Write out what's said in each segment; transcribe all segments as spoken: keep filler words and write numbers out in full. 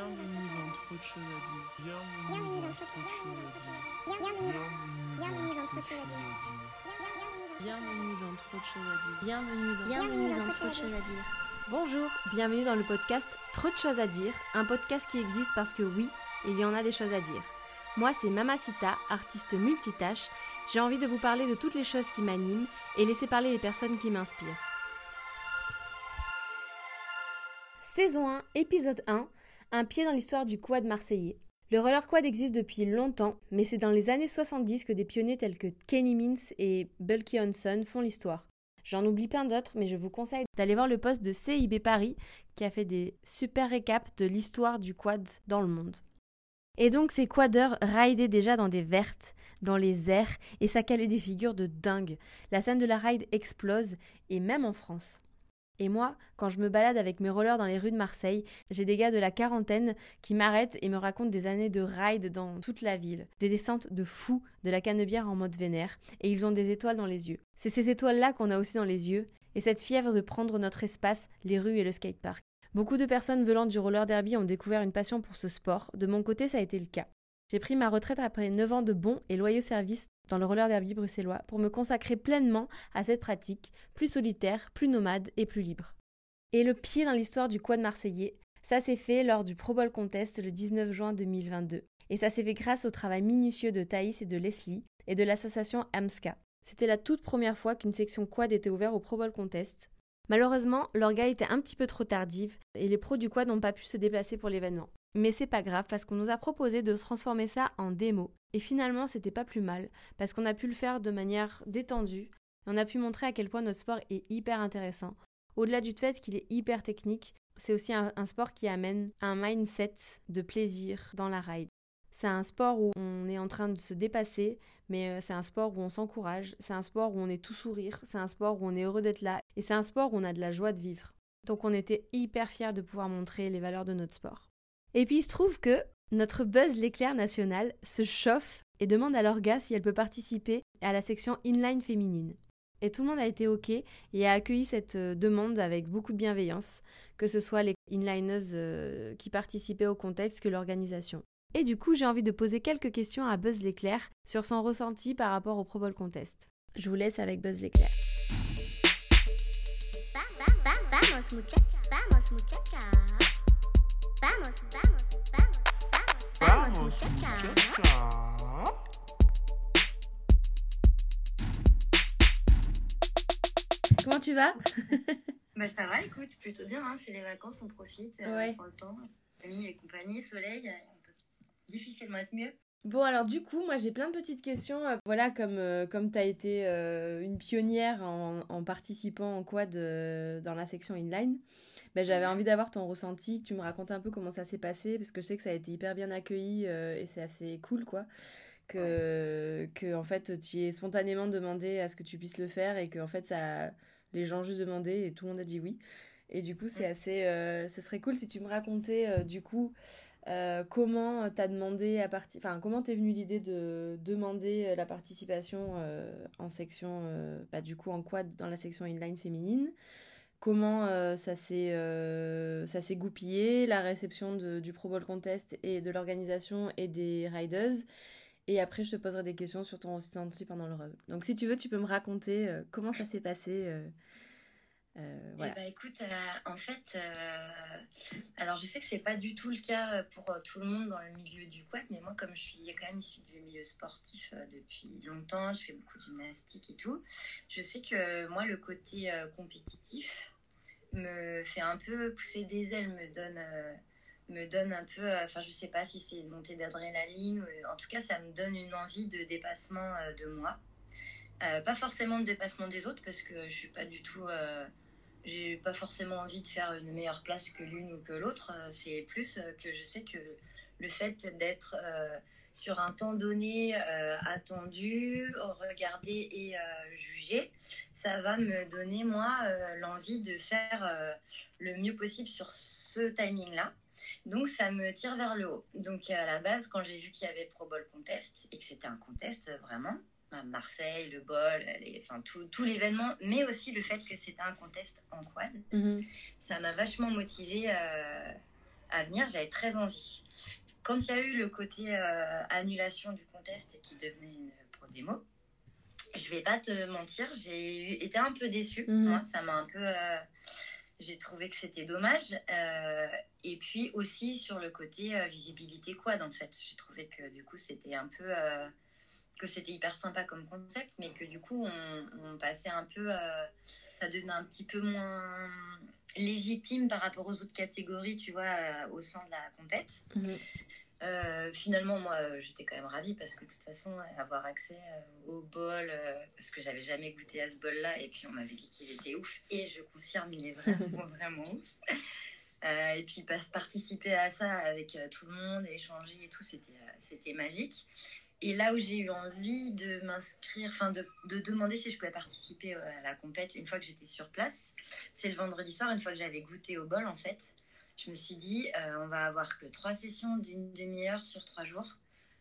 Bienvenue dans Trop de choses à dire. Bienvenue dans Trop de choses à dire. Bienvenue dans Trop de choses à dire. Bienvenue dans Trop de choses à dire. Bienvenue dans Bienvenue dans Trop de choses à dire. Bonjour, bienvenue dans le podcast Trop de choses à dire, un podcast qui existe parce que oui, il y en a des choses à dire. Moi, c'est Mamacita, artiste multitâche. J'ai envie de vous parler de toutes les choses qui m'animent et laisser parler les personnes qui m'inspirent. Saison un, épisode un, un pied dans l'histoire du quad marseillais. Le roller quad existe depuis longtemps, mais c'est dans les années soixante-dix que des pionniers tels que Kenny Mintz et Bulky Hanson font l'histoire. J'en oublie plein d'autres, mais je vous conseille d'aller voir le post de C I B Paris qui a fait des super récaps de l'histoire du quad dans le monde. Et donc ces quadeurs ridaient déjà dans des vertes, dans les airs, et ça calait des figures de dingue. La scène de la ride explose, et même en France. Et moi, quand je me balade avec mes rollers dans les rues de Marseille, j'ai des gars de la quarantaine qui m'arrêtent et me racontent des années de ride dans toute la ville. Des descentes de fous, de la canebière en mode vénère, et ils ont des étoiles dans les yeux. C'est ces étoiles-là qu'on a aussi dans les yeux, et cette fièvre de prendre notre espace, les rues et le skatepark. Beaucoup de personnes venant du roller derby ont découvert une passion pour ce sport. De mon côté, ça a été le cas. J'ai pris ma retraite après neuf ans de bons et loyaux services dans le roller derby bruxellois pour me consacrer pleinement à cette pratique, plus solitaire, plus nomade et plus libre. Et le pied dans l'histoire du quad marseillais, ça s'est fait lors du Pro Bowl Contest le dix-neuf juin deux mille vingt-deux. Et ça s'est fait grâce au travail minutieux de Thaïs et de Leslie et de l'association AMSCA. C'était la toute première fois qu'une section quad était ouverte au Pro Bowl Contest. Malheureusement, l'orga était un petit peu trop tardive et les pros du quad n'ont pas pu se déplacer pour l'événement. Mais c'est pas grave parce qu'on nous a proposé de transformer ça en démo. Et finalement, c'était pas plus mal parce qu'on a pu le faire de manière détendue. Et on a pu montrer à quel point notre sport est hyper intéressant. Au-delà du fait qu'il est hyper technique, c'est aussi un, un sport qui amène un mindset de plaisir dans la ride. C'est un sport où on est en train de se dépasser, mais c'est un sport où on s'encourage, c'est un sport où on est tout sourire, c'est un sport où on est heureux d'être là, et c'est un sport où on a de la joie de vivre. Donc on était hyper fiers de pouvoir montrer les valeurs de notre sport. Et puis il se trouve que notre Buzz l'éclair national se chauffe et demande à l'orga si elle peut participer à la section inline féminine. Et tout le monde a été OK et a accueilli cette demande avec beaucoup de bienveillance, que ce soit les inlineuses qui participaient au contexte que l'organisation. Et du coup, j'ai envie de poser quelques questions à Buzz l'éclair sur son ressenti par rapport au Pro Bowl Contest. Je vous laisse avec Buzz l'éclair. Vamos muchacha, vamos muchacha. Vamos, vamos, vamos, vamos, vamos muchacha. Comment tu vas? Bah ça va, écoute, plutôt bien, hein, c'est les vacances, on profite, euh, ouais. on prend le temps, famille et compagnie, soleil, euh, on peut difficilement être mieux. Bon alors du coup, moi j'ai plein de petites questions, euh, voilà comme, euh, comme tu as été euh, une pionnière en, en participant en quad euh, dans la section inline, ben, j'avais envie d'avoir ton ressenti, que tu me racontes un peu comment ça s'est passé, parce que je sais que ça a été hyper bien accueilli euh, et c'est assez cool quoi. Que, que en fait tu y aies spontanément demandé à ce que tu puisses le faire et que en fait ça, les gens ont juste demandé et tout le monde a dit oui. Et du coup c'est assez, euh, ce serait cool si tu me racontais euh, du coup euh, comment t'as demandé à partir, enfin comment t'es venue l'idée de demander la participation euh, en section, euh, bah, du coup en quad dans la section inline féminine. Comment euh, ça s'est euh, ça s'est goupillé, la réception de, du Pro Bowl Contest et de l'organisation et des riders. Et après, je te poserai des questions sur ton ressenti pendant le run. Donc, si tu veux, tu peux me raconter euh, comment ça s'est passé. Euh, euh, voilà. Eh ben, écoute, euh, en fait, euh, alors je sais que c'est pas du tout le cas pour euh, tout le monde dans le milieu du quad, mais moi, comme je suis quand même issue du milieu sportif euh, depuis longtemps, je fais beaucoup de gymnastique et tout, je sais que moi, le côté euh, compétitif me fait un peu pousser des ailes, me donne... Euh, me donne un peu, enfin euh, je sais pas si c'est une montée d'adrénaline, ou, en tout cas ça me donne une envie de dépassement euh, de moi, euh, pas forcément de dépassement des autres parce que je suis pas du tout, euh, j'ai pas forcément envie de faire une meilleure place que l'une ou que l'autre, euh, c'est plus euh, que je sais que le fait d'être euh, sur un temps donné euh, attendu, regardé et euh, jugé, ça va me donner moi euh, l'envie de faire euh, le mieux possible sur ce timing là. Donc ça me tire vers le haut. Donc à la base, quand j'ai vu qu'il y avait Pro Bowl Contest et que c'était un contest vraiment, Marseille, le bol, les, enfin tout, tout l'événement, mais aussi le fait que c'était un contest en quad, mm-hmm. ça m'a vachement motivée euh, à venir, j'avais très envie. Quand il y a eu le côté euh, annulation du contest qui devenait une pro démo, je vais pas te mentir, j'ai été un peu déçue. Mhm. Moi, ça m'a un peu... euh, j'ai trouvé que c'était dommage. Euh, et puis aussi sur le côté euh, visibilité quad, en fait. J'ai trouvé que du coup, c'était un peu... euh, que c'était hyper sympa comme concept, mais que du coup, on, on passait un peu... euh, ça devenait un petit peu moins légitime par rapport aux autres catégories, tu vois, euh, au sein de la compète. Mhm. Euh, finalement, moi, euh, j'étais quand même ravie parce que de toute façon, avoir accès euh, au bol, euh, parce que j'avais jamais goûté à ce bol-là, et puis on m'avait dit qu'il était ouf, et je confirme, il est vraiment, vraiment ouf. Euh, et puis bah, participer à ça avec euh, tout le monde, échanger et tout, c'était, euh, c'était magique. Et là où j'ai eu envie de m'inscrire, enfin de, de demander si je pouvais participer euh, à la compète une fois que j'étais sur place, c'est le vendredi soir, une fois que j'avais goûté au bol en fait. Je me suis dit, euh, on va avoir que trois sessions d'une demi-heure sur trois jours.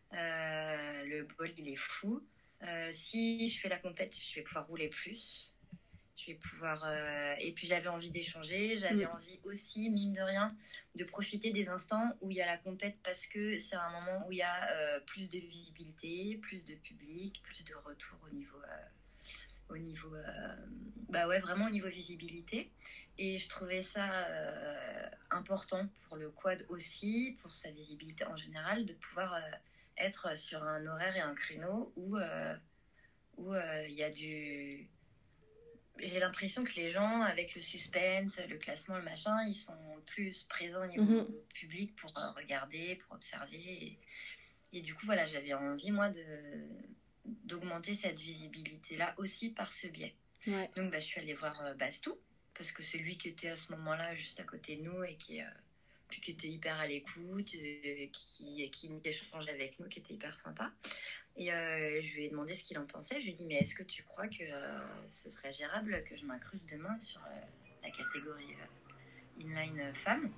Euh, le bol, il est fou. Euh, si je fais la compète, je vais pouvoir rouler plus. Je vais pouvoir... Euh... Et puis, j'avais envie d'échanger. J'avais Mm. envie aussi, mine de rien, de profiter des instants où il y a la compète parce que c'est un moment où il y a euh, plus de visibilité, plus de public, plus de retour au niveau... Euh... au niveau euh, bah ouais vraiment au niveau visibilité, et je trouvais ça euh, important pour le quad aussi, pour sa visibilité en général, de pouvoir euh, être sur un horaire et un créneau où euh, où il euh, y a du... J'ai l'impression que les gens, avec le suspense, le classement, le machin, ils sont plus présents au niveau Mhm. public pour euh, regarder, pour observer, et, et du coup voilà, j'avais envie moi de d'augmenter cette visibilité-là aussi par ce biais. Ouais. Donc, bah, je suis allée voir euh, Bastou, parce que c'est lui qui était à ce moment-là juste à côté de nous et qui, euh, puis qui était hyper à l'écoute, euh, qui, qui échangeait avec nous, qui était hyper sympa. Et euh, je lui ai demandé ce qu'il en pensait. Je lui ai dit, mais est-ce que tu crois que euh, ce serait gérable que je m'incruste demain sur euh, la catégorie euh, inline femme?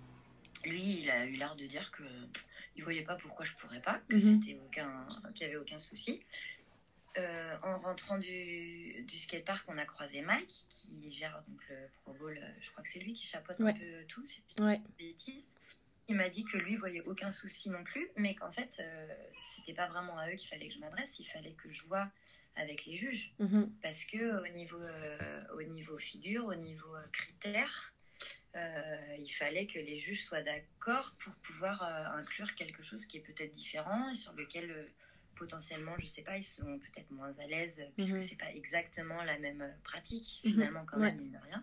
Lui, il a eu l'air de dire que pff, il voyait pas pourquoi je pourrais pas, que Mhm. c'était aucun, qu'il y avait aucun souci. Euh, en rentrant du, du skatepark, on a croisé Mike qui gère donc le Pro Bowl. Je crois que c'est lui qui chapeaute Ouais. un peu tout, si je dis Ouais. pas de bêtises. Il m'a dit que lui voyait aucun souci non plus, mais qu'en fait, euh, c'était pas vraiment à eux qu'il fallait que je m'adresse. Il fallait que je voie avec les juges, Mhm. parce que au niveau, euh, au niveau figure, au niveau euh, critères, euh, il fallait que les juges soient d'accord pour pouvoir euh, inclure quelque chose qui est peut-être différent et sur lequel euh, potentiellement, je sais pas, ils sont peut-être moins à l'aise euh, puisque Mhm. c'est pas exactement la même euh, pratique Mhm. finalement quand Ouais. même, mine de rien.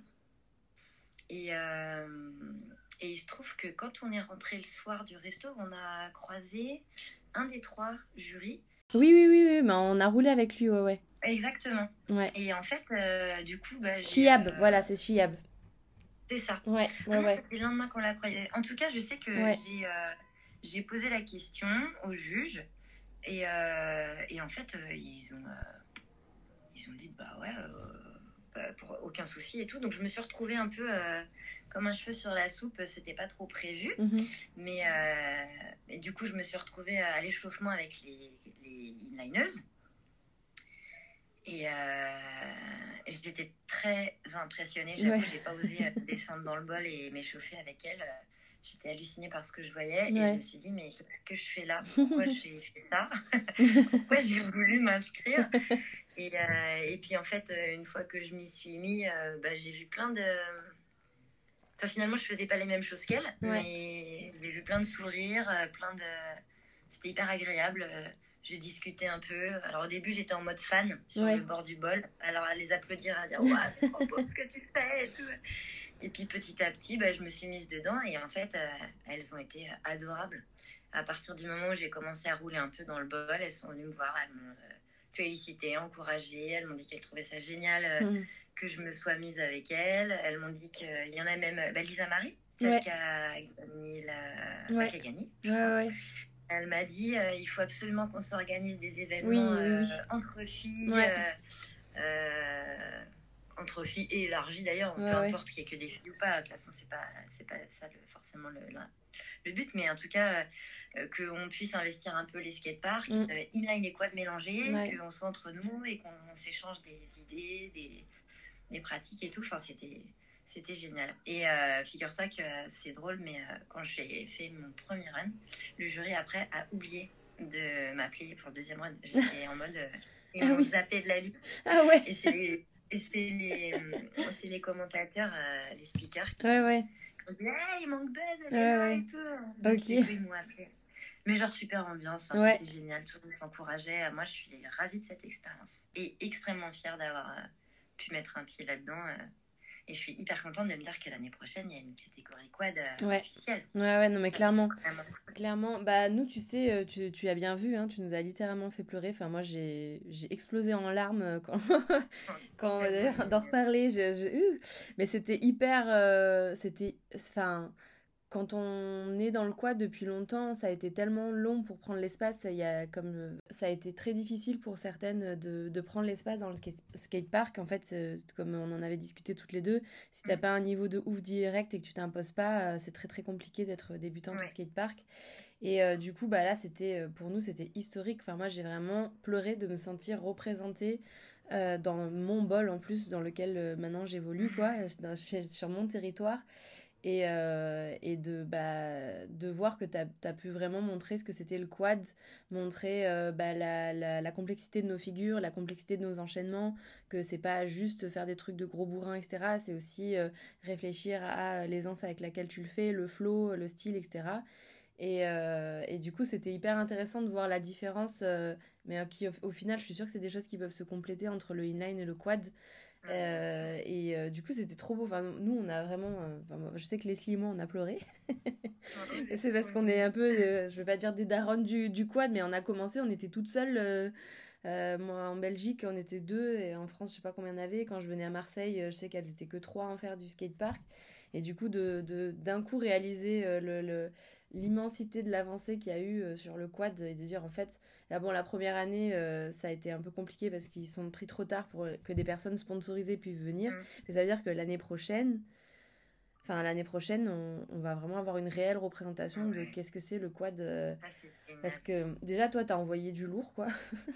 Et, euh, et il se trouve que quand on est rentré le soir du resto, on a croisé un des trois jurys. Oui, oui, oui, oui, mais on a roulé avec lui, ouais, ouais. Exactement. Ouais. Et en fait, euh, du coup, bah, j'ai, Chiab, euh, voilà, c'est Chiab. c'est ça. Ouais, Ah ouais, non, ouais. ça, c'est le lendemain qu'on l'a croisé. En tout cas, je sais que Ouais. j'ai, euh, j'ai posé la question au juge et, euh, et en fait, euh, ils ont, euh, ils ont dit bah ouais, euh, bah, pour aucun souci et tout. Donc je me suis retrouvée un peu euh, comme un cheveu sur la soupe. C'était pas trop prévu, Mhm. mais euh, et du coup, je me suis retrouvée à l'échauffement avec les, les inlineuses. Et euh, j'étais très impressionnée. J'avoue, Ouais. j'ai pas osé euh, descendre dans le bol et m'échauffer avec elle. Euh, J'étais hallucinée par ce que je voyais et Ouais. je me suis dit, mais qu'est-ce que je fais là? Pourquoi j'ai fait ça? Pourquoi j'ai voulu m'inscrire? Et, euh, et puis en fait, euh, une fois que je m'y suis mis, euh, bah, j'ai vu plein de... Enfin, finalement, je faisais pas les mêmes choses qu'elle, Ouais. mais j'ai vu plein de sourires, euh, plein de... C'était hyper agréable. euh, J'ai discuté un peu. Alors au début, j'étais en mode fan sur Ouais. le bord du bol. Alors à les applaudir, à dire waouh, c'est trop beau ce que tu fais et tout. Et puis petit à petit, bah, je me suis mise dedans et en fait, euh, elles ont été adorables. À partir du moment où j'ai commencé à rouler un peu dans le bol, elles sont venues me voir, elles m'ont euh, félicité, encouragée. Elles m'ont dit qu'elles trouvaient ça génial euh, Mhm. que je me sois mise avec elles. Elles m'ont dit qu'il y en a même bah, Lisa Marie, celle Ouais. qui a gagné la... Ouais. bah, qui a gagné. je Ouais, crois. ouais. Elle m'a dit euh, il faut absolument qu'on s'organise des événements Oui, oui, euh, oui. entre filles, Ouais. euh, euh, entre filles et élargies d'ailleurs, Ouais, peu ouais. importe qu'il n'y ait que des filles ou pas. De toute façon, c'est pas c'est pas ça le, forcément le, le, le but, mais en tout cas euh, qu'on puisse investir un peu les skateparks, Mm. euh, inline et quad mélangés, Ouais. qu'on soit entre nous et qu'on s'échange des idées, des, des pratiques et tout. Enfin, c'était C'était génial. Et euh, figure-toi que euh, c'est drôle, mais euh, quand j'ai fait mon premier run, le jury après a oublié de m'appeler pour le deuxième run. J'étais en mode... Euh, ils Ah m'ont oui. zappé de la liste. Ah ouais. Et c'est les, et c'est les, euh, c'est les commentateurs, euh, les speakers qui Ouais, ouais. ont dit hey, il manque Ben, elle est Ouais, là ouais. et tout. Donc, Ok. du coup, ils m'ont appelé. Mais genre super ambiance, enfin, Ouais. c'était génial, tout le monde s'encourageait. Moi, je suis ravie de cette expérience et extrêmement fière d'avoir euh, pu mettre un pied là-dedans. euh, Et je suis hyper contente de me dire que l'année prochaine, il y a une catégorie quad euh, Ouais. officielle. Ouais, ouais, non, mais Ça, clairement. c'est vraiment cool. Clairement, bah nous, tu sais, euh, tu, tu as bien vu, hein, tu nous as littéralement fait pleurer. Enfin, moi, j'ai, j'ai explosé en larmes euh, quand, quand euh, d'ailleurs, d'en reparler. Je, je- uh. Mais c'était hyper, euh, c'était, enfin, quand on est dans le quad depuis longtemps, ça a été tellement long pour prendre l'espace. Ça, y a comme, euh, ça a été très difficile pour certaines de, de prendre l'espace dans le skate, skatepark. En fait, euh, comme on en avait discuté toutes les deux, si t'as Mm. pas un niveau de ouf direct et que tu t'imposes pas, euh, c'est très très compliqué d'être débutante au Ouais. skatepark. Et euh, du coup, bah là, c'était euh, pour nous, c'était historique. Enfin, moi, j'ai vraiment pleuré de me sentir représentée euh, dans mon bol en plus, dans lequel euh, maintenant j'évolue, quoi, dans- chez- sur mon territoire. Et, euh, et de, bah, de voir que tu as pu vraiment montrer ce que c'était le quad, montrer euh, bah, la, la, la complexité de nos figures, la complexité de nos enchaînements, que c'est pas juste faire des trucs de gros bourrins, et cetera. C'est aussi euh, réfléchir à l'aisance avec laquelle tu le fais, le flow, le style, et cetera. Et, euh, et du coup, c'était hyper intéressant de voir la différence, euh, mais euh, qui, au, au final, je suis sûre que c'est des choses qui peuvent se compléter entre le inline et le quad. Ouais, bien sûr. Euh, et euh, du coup, c'était trop beau. Enfin, nous, on a vraiment. euh, enfin, moi, je sais que Leslie et moi, on a pleuré. Et c'est parce qu'on est un peu, euh, je vais pas dire des daronnes du, du quad, mais on a commencé, on était toutes seules. euh, euh, moi, en Belgique, on était deux, et en France, je sais pas combien il y en avait. Quand je venais à Marseille, euh, je sais qu'elles étaient que trois à en faire du skatepark. Et du coup, de, de, d'un coup, réaliser euh, le, le- l'immensité de l'avancée qu'il y a eu euh, sur le quad et de dire, en fait, là, bon, la première année, euh, ça a été un peu compliqué parce qu'ils sont pris trop tard pour que des personnes sponsorisées puissent venir. Mm. Mais ça veut dire que l'année prochaine, enfin, l'année prochaine, on, on va vraiment avoir une réelle représentation de Ouais. qu'est-ce que c'est le quad. euh, Ah, c'est génial. parce que déjà, toi, t'as envoyé du lourd, quoi.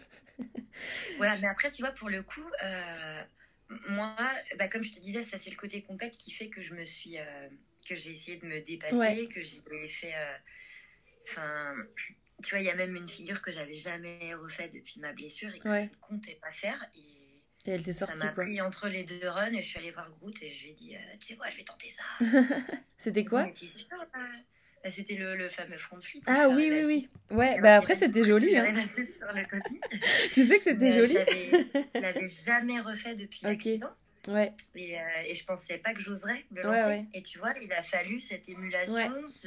Ouais, mais après, tu vois, pour le coup, euh, moi, bah, comme je te disais, ça, c'est le côté compète qui fait que je me suis. euh, que j'ai essayé de me dépasser, Ouais. que j'ai fait. euh, Enfin. Tu vois, il y a même une figure que j'avais jamais refait depuis ma blessure et que Ouais. je ne comptais pas faire. Et Et elle t'est ça sortie, m'a quoi. pris entre les deux runs et je suis allée voir Groot et je lui ai dit, euh, tu sais quoi, je vais tenter ça. C'était Il quoi? me dit, mais t'es sûre euh Bah, c'était le, le fameux front flip. Ah où je oui, suis oui, arrivée oui. assise. Ouais, Alors, bah c'est après, pas du c'était tout joli, hein. j'arrive assise sur le copie. Tu sais que c'était Mais, euh, joli? Je l'avais- je l'avais jamais refait depuis Ok. l'accident. Ouais, Et, euh, et je pensais pas que j'oserais le Ouais, lancer. ouais. Et tu vois, il a fallu cette émulation. Ouais. ce-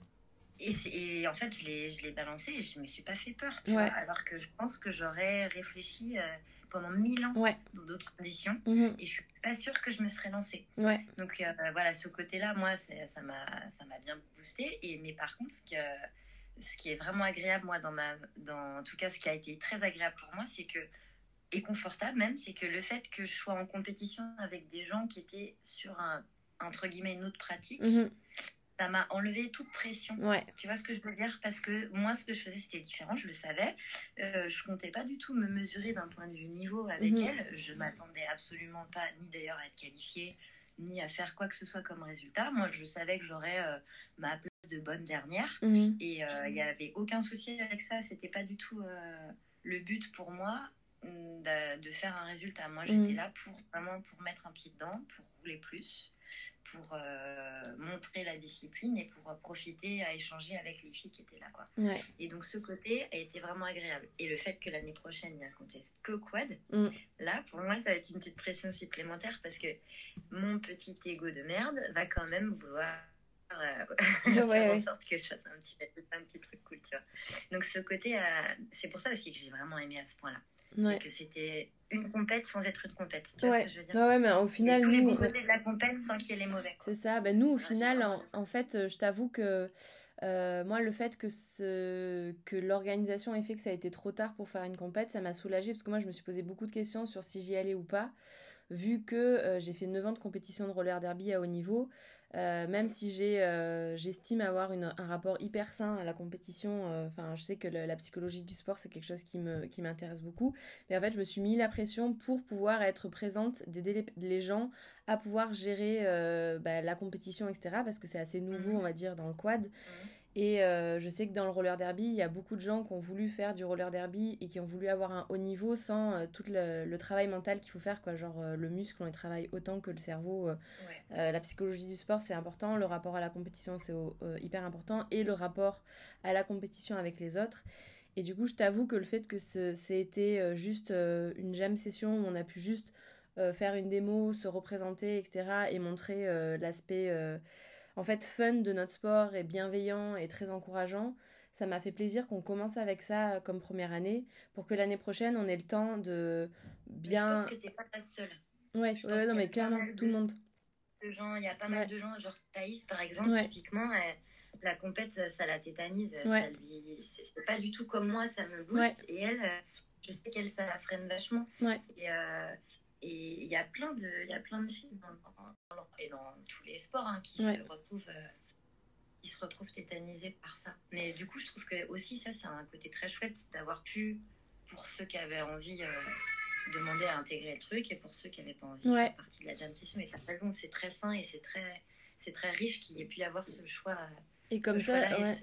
Et, c'est- et en fait, je l'ai, je l'ai balancé et je me suis pas fait peur. Tu Ouais. vois, alors que je pense que j'aurais réfléchi euh, pendant mille ans ouais. dans d'autres conditions. Mhm. Et je suis pas sûre que je me serais lancée. Ouais, Donc euh, voilà, ce côté-là, moi, c'est- ça m'a, ça m'a bien boosté. Et, mais par contre, ce, que, ce qui est vraiment agréable, moi, dans ma, dans, en tout cas, ce qui a été très agréable pour moi, c'est que, et confortable même, c'est que le fait que je sois en compétition avec des gens qui étaient sur un, entre guillemets, une autre pratique, mhm. ça m'a enlevé toute pression. Ouais, Tu vois ce que je veux dire? Parce que moi, ce que je faisais, c'était différent, je le savais. Euh, je comptais pas du tout me mesurer d'un point de vue niveau avec Mhm. elle. Je m'attendais absolument pas, ni d'ailleurs à être qualifiée, ni à faire quoi que ce soit comme résultat. Moi, je savais que j'aurais euh, ma place de bonne dernière. mhm. Et euh, il n'y avait aucun souci avec ça. C'était pas du tout euh, le but pour moi mm, de, de faire un résultat. Moi, j'étais Mhm. là pour vraiment pour mettre un pied dedans, pour rouler plus, pour euh, montrer la discipline et pour euh, profiter à échanger avec les filles qui étaient là, quoi. Ouais. Et donc ce côté a été vraiment agréable. Et le fait que l'année prochaine il y a un contest que quad, Mm. là pour moi ça va être une petite pression supplémentaire parce que mon petit ego de merde va quand même vouloir euh, Ouais, faire ouais. en sorte que je fasse un petit, un petit truc cool, tu vois. Donc ce côté, euh, c'est pour ça aussi que j'ai vraiment aimé à ce point-là. Ouais. C'est que c'était une compète sans être une compète. Tu vois Ouais. ce que je veux dire? Ouais, ouais, mais au Et final, tous les nous, bons côtés de la compète sans qu'il y ait les mauvais, quoi. c'est ça. Ben, nous, au Ouais, j'ai final, vraiment- en, en fait, euh, je t'avoue que euh, moi, le fait que, ce, que l'organisation ait fait que ça a été trop tard pour faire une compète, ça m'a soulagée parce que moi, je me suis posé beaucoup de questions sur si j'y allais ou pas, vu que euh, j'ai fait neuf ans de compétition de roller derby à haut niveau. Euh, même si j'ai, euh, j'estime avoir une, un rapport hyper sain à la compétition, enfin, je sais que le- la psychologie du sport, c'est quelque chose qui me, qui m'intéresse beaucoup. Mais en fait, je me suis mis la pression pour pouvoir être présente, d'aider les, les gens à pouvoir gérer euh, bah, la compétition, et cetera. Parce que c'est assez nouveau, on va dire, dans le quad. Et euh, je sais que dans le roller derby, il y a beaucoup de gens qui ont voulu faire du roller derby et qui ont voulu avoir un haut niveau sans euh, tout le, le travail mental qu'il faut faire, quoi. Genre euh, le muscle, on y travaille autant que le cerveau. Euh, Ouais. euh, la psychologie du sport, c'est important. Le rapport à la compétition, c'est euh, hyper important. Et le rapport à la compétition avec les autres. Et du coup, je t'avoue que le fait que ce, ça ait été euh, juste euh, une jam session où on a pu juste euh, faire une démo, se représenter, et cetera. Et montrer euh, l'aspect... euh, en fait fun de notre sport et bienveillant et très encourageant. Ça m'a fait plaisir qu'on commence avec ça comme première année pour que l'année prochaine on ait le temps de Mais je pense bien... que t'es pas la seule. Ouais, Je ouais, pense non qu'il y a mais pas clairement, mal tout le de, monde. de gens, il y a pas Ouais. mal de gens, genre Thaïs par exemple, Ouais. typiquement, elle- la compète, ça, ça la tétanise, Ouais. ça lui, c'est c'est pas du tout comme moi, ça me booste. Ouais. Et elle, euh, je sais qu'elle, ça la freine vachement. Ouais. Et euh, et il y a plein de, il y a plein de filles dans, dans- dans- et dans tous les sports hein, qui Ouais. se retrouvent. euh, qui se retrouvent tétanisés par ça. Mais du coup, je trouve que aussi ça, c'est un côté très chouette d'avoir pu, pour ceux qui avaient envie, euh, demander à intégrer le truc, et pour ceux qui n'avaient pas envie, Ouais. faire partie de la jam session. Et t'as raison, c'est très sain et c'est très, c'est très riche qu'il y ait pu y avoir ce choix. Et comme ce ça, choix-là et ouais. ce-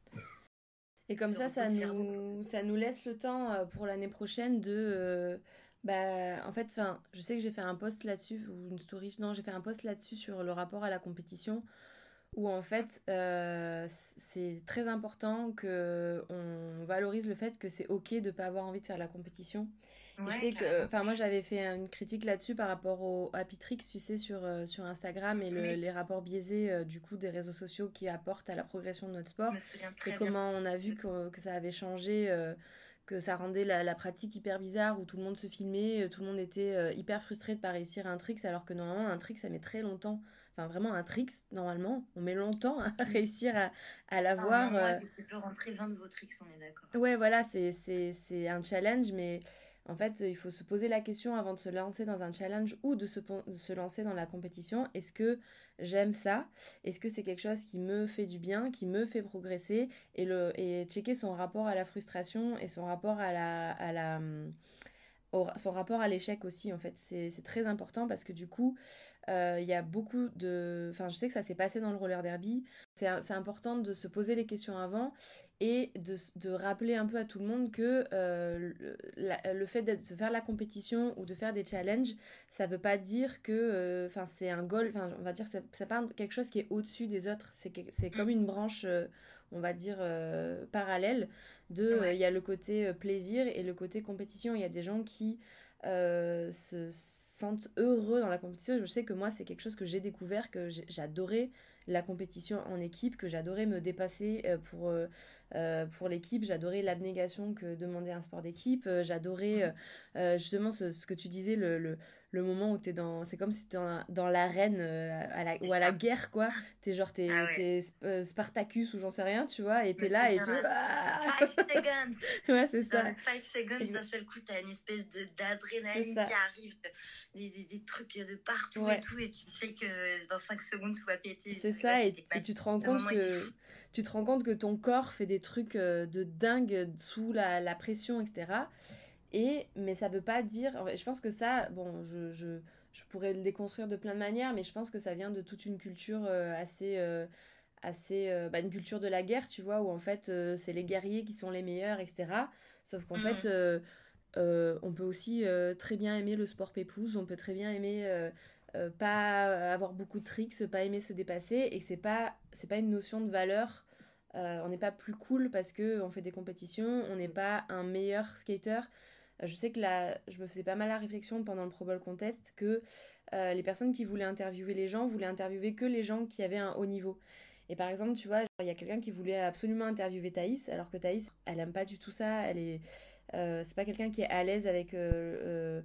Et comme ce ça, ça repos de cerveau. nous, ça nous laisse le temps euh, pour l'année prochaine de... euh, bah, en fait, enfin, je sais que j'ai fait un post là-dessus, ou une story, non, j'ai fait un post là-dessus sur le rapport à la compétition, où en fait, euh, c'est très important que on valorise le fait que c'est ok de pas avoir envie de faire la compétition. Et je Ouais, sais que, carrément. enfin, moi j'avais fait une critique là-dessus par rapport au Happy Tricks, tu sais, sur, euh, sur Instagram et le- Oui. les rapports biaisés euh, du coup des réseaux sociaux qui apportent à la progression de notre Je sport. me souviens Et très bien. comment on a vu que, que ça avait changé, euh, que ça rendait la, la pratique hyper bizarre, où tout le monde se filmait, euh, tout le monde était euh, hyper frustré de pas réussir un trick, alors que normalement un trick ça met très longtemps. Enfin vraiment un trick, normalement, on met longtemps à réussir à, à Ah, l'avoir. non, moi, euh. tu peux rentrer vingt de vos tricks, on est d'accord. Ouais, voilà, c'est, c'est, c'est un challenge, mais en fait, il faut se poser la question avant de se lancer dans un challenge ou de se, pon- de se lancer dans la compétition. Est-ce que j'aime ça? Est-ce que c'est quelque chose qui me fait du bien, qui me fait progresser? Et, le, et checker son rapport à la frustration et son rapport à la... À la hum, au- son rapport à l'échec aussi, en fait. C'est, c'est très important parce que du coup, euh, il y a beaucoup de... Enfin, je sais que ça s'est passé dans le roller derby. C'est, c'est important de se poser les questions avant et de, de rappeler un peu à tout le monde que euh, le, la- le fait de faire la compétition ou de faire des challenges, ça veut pas dire que... Enfin, c'est un goal, enfin, on va dire, c'est, c'est pas quelque chose qui est au-dessus des autres. C'est, que- c'est comme une branche, euh, on va dire, euh, parallèle de... Il Ouais. y a le côté euh, plaisir et le côté compétition. Il y a des gens qui euh, se sentent heureux dans la compétition. Je sais que moi, c'est quelque chose que j'ai découvert, que j'ai- j'adorais la compétition en équipe, que j'adorais me dépasser euh, pour, euh, euh, pour l'équipe. J'adorais l'abnégation que demandait un sport d'équipe. Euh, j'adorais euh, euh, justement ce, ce que tu disais, le, le, le moment où t'es dans... C'est comme si t'es dans, dans l'arène euh, à la, C'est ou à la ça. guerre, quoi. T'es genre, t'es, Ah ouais. t'es Sp- euh, Spartacus ou j'en sais rien, tu vois, et Je me t'es là et souviens, tu... là, Ah Five seconds. ouais, c'est Dans ça. les five seconds, Exa- d'un seul coup, t'as une espèce de C'est d'adrénaline ça. qui arrive, des, des, des trucs de partout Ouais. et tout, et tu sais que dans cinq secondes, tout va péter. C'est Là, ça, et, c'était et pas tu te rends ce compte moment était que fou. tu te rends compte que ton corps fait des trucs euh, de dingue sous la, la pression, et cetera. Et, mais ça veut pas dire... en fait, je pense que ça, bon, je, je, je pourrais le déconstruire de plein de manières, mais je pense que ça vient de toute une culture euh, assez... euh, assez euh, bah, une culture de la guerre, tu vois, où en fait, euh, c'est les guerriers qui sont les meilleurs, et cetera. Sauf qu'en fait, Mhm. euh, euh, on peut aussi euh, très bien aimer le sport pépouze, on peut très bien aimer euh, euh, pas avoir beaucoup de tricks, pas aimer se dépasser, et que c'est pas, c'est pas une notion de valeur. Euh, on n'est pas plus cool parce que on fait des compétitions, on n'est pas un meilleur skater. Euh, Je sais que là, je me faisais pas mal la réflexion pendant le Pro Bowl Contest que euh, les personnes qui voulaient interviewer les gens voulaient interviewer que les gens qui avaient un haut niveau. Et par exemple, tu vois, il y a quelqu'un qui voulait absolument interviewer Thaïs, alors que Thaïs, elle aime pas du tout ça. Elle est, euh, c'est pas quelqu'un qui est à l'aise avec euh, euh,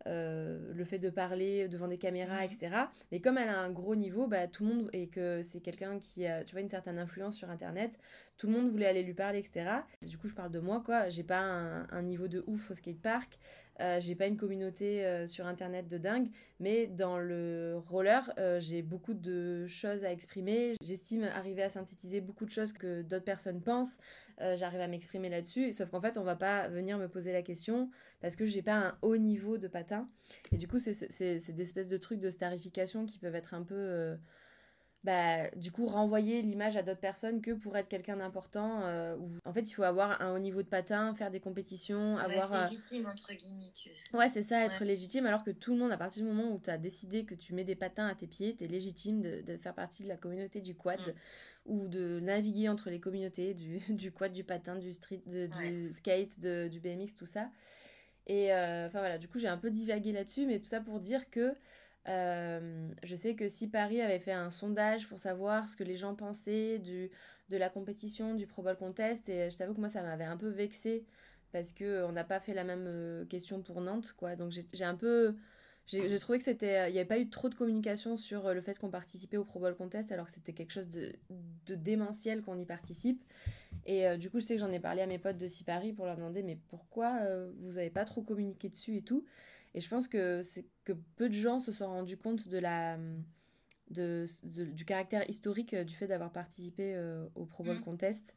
euh, le fait de parler devant des caméras, Mhm. et cetera. Mais comme elle a un gros niveau, bah, tout le monde, et que c'est quelqu'un qui a, tu vois, une certaine influence sur Internet, tout le monde voulait aller lui parler, et cetera. Du coup, je parle de moi, quoi. J'ai pas un, un niveau de ouf au skatepark. Euh, j'ai pas une communauté euh, sur internet de dingue, mais dans le roller, euh, j'ai beaucoup de choses à exprimer. J'estime arriver à synthétiser beaucoup de choses que d'autres personnes pensent. Euh, j'arrive à m'exprimer là-dessus, sauf qu'en fait, on va pas venir me poser la question parce que j'ai pas un haut niveau de patin. Et du coup, c'est, c'est, c'est des espèces de trucs de starification qui peuvent être un peu... euh, bah, du coup, renvoyer l'image à d'autres personnes que pour être quelqu'un d'important. Euh, où, en fait, il faut avoir un haut niveau de patin, faire des compétitions, Ouais, avoir... c'est euh, légitime, entre guillemets, tu sais. Ouais, c'est ça, être Ouais. légitime, alors que tout le monde, à partir du moment où tu as décidé que tu mets des patins à tes pieds, tu es légitime de, de faire partie de la communauté du quad Mm. ou de naviguer entre les communautés du, du quad, du patin, du street, de- du Ouais. skate, de- du B M X, tout ça. Et euh, enfin voilà, du coup, j'ai un peu divagué là-dessus, mais tout ça pour dire que euh, je sais que si Paris avait fait un sondage pour savoir ce que les gens pensaient du, de la compétition, du Pro Bowl Contest, et je t'avoue que moi, ça m'avait un peu vexée parce que on n'a pas fait la même euh, question pour Nantes, quoi. Donc j'ai, j'ai un peu... J'ai, j'ai trouvé que c'était... Il n'y avait pas eu trop de communication sur euh, le fait qu'on participait au Pro Bowl Contest, alors que c'était quelque chose de, de démentiel qu'on y participe. Et euh, du coup, je sais que j'en ai parlé à mes potes de Paris pour leur demander mais pourquoi euh, vous avez pas trop communiqué dessus et tout. Et je pense que c'est que peu de gens se sont rendus compte de la de, de- du caractère historique euh, du fait d'avoir participé euh, au Pro Bowl Mm. Contest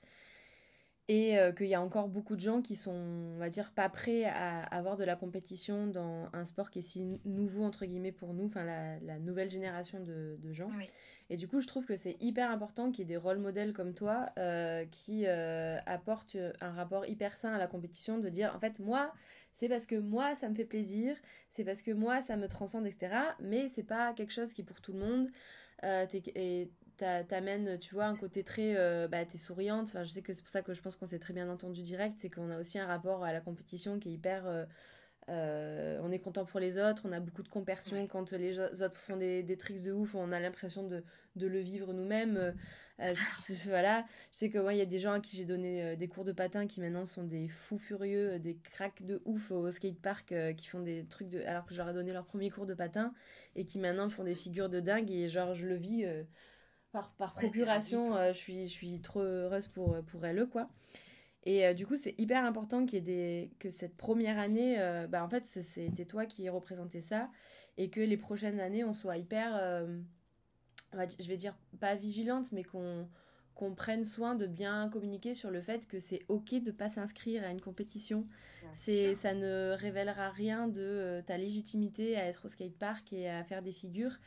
et euh, qu'il y a encore beaucoup de gens qui sont, on va dire, pas prêts à avoir de la compétition dans un sport qui est si nouveau entre guillemets pour nous, enfin la, la nouvelle génération de, de gens. Oui. Et du coup, je trouve que c'est hyper important qu'il y ait des rôle modèles comme toi euh, qui euh, apportent un rapport hyper sain à la compétition, de dire en fait, moi, c'est parce que moi, ça me fait plaisir, c'est parce que moi, ça me transcende, et cetera. Mais c'est pas quelque chose qui est pour tout le monde. Euh, t'es- et t'a- t'amènes, tu vois, un côté très. Euh, bah, t'es souriante. Enfin, je sais que c'est pour ça que je pense qu'on s'est très bien entendu direct, c'est qu'on a aussi un rapport à la compétition qui est hyper. euh, euh, on est content pour les autres, on a beaucoup de compassion Ouais. quand les autres font des, des tricks de ouf, on a l'impression de, de le vivre nous-mêmes. Euh, euh, je- voilà, je sais que moi, il y a des gens à qui j'ai donné euh, des cours de patin qui maintenant sont des fous furieux, euh, des cracks de ouf au skatepark euh, qui font des trucs de... alors que je leur ai donné leur premier cours de patin et qui maintenant font des figures de dingue et genre je le vis euh, par, par Ouais, t'es ravie procuration, pour euh, eux. je suis, je suis trop heureuse pour, pour elles, quoi. Et euh, du coup, c'est hyper important qu'il y ait des... que cette première année, euh, bah, en fait, c'est- c'était toi qui représentais ça, et que les prochaines années, on soit hyper, euh, on va di- je vais dire, pas vigilante, mais qu'on qu'on prenne soin de bien communiquer sur le fait que c'est ok de pas s'inscrire à une compétition. Bien C'est, sûr. ça ne révélera rien de euh, ta légitimité à être au skatepark et à faire des figures.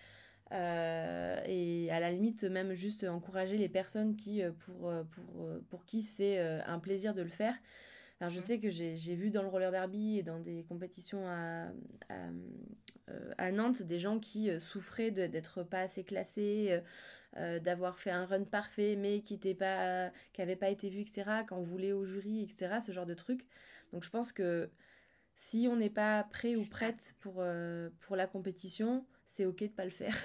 Euh, et à la limite même juste encourager les personnes qui euh, pour, euh, pour, euh, pour qui c'est euh, un plaisir de le faire. Alors je Mm. sais que j'ai, j'ai vu dans le roller derby et dans des compétitions à, à, euh, à Nantes des gens qui euh, souffraient de, d'être pas assez classés, euh, euh, d'avoir fait un run parfait mais qui n'était pas, qui avait pas été vu, et cetera, quand on voulait au jury, et cetera, ce genre de trucs. Donc je pense que si on n'est pas prêt ou Ah, prête pour, euh, pour la compétition, c'est ok de pas le faire.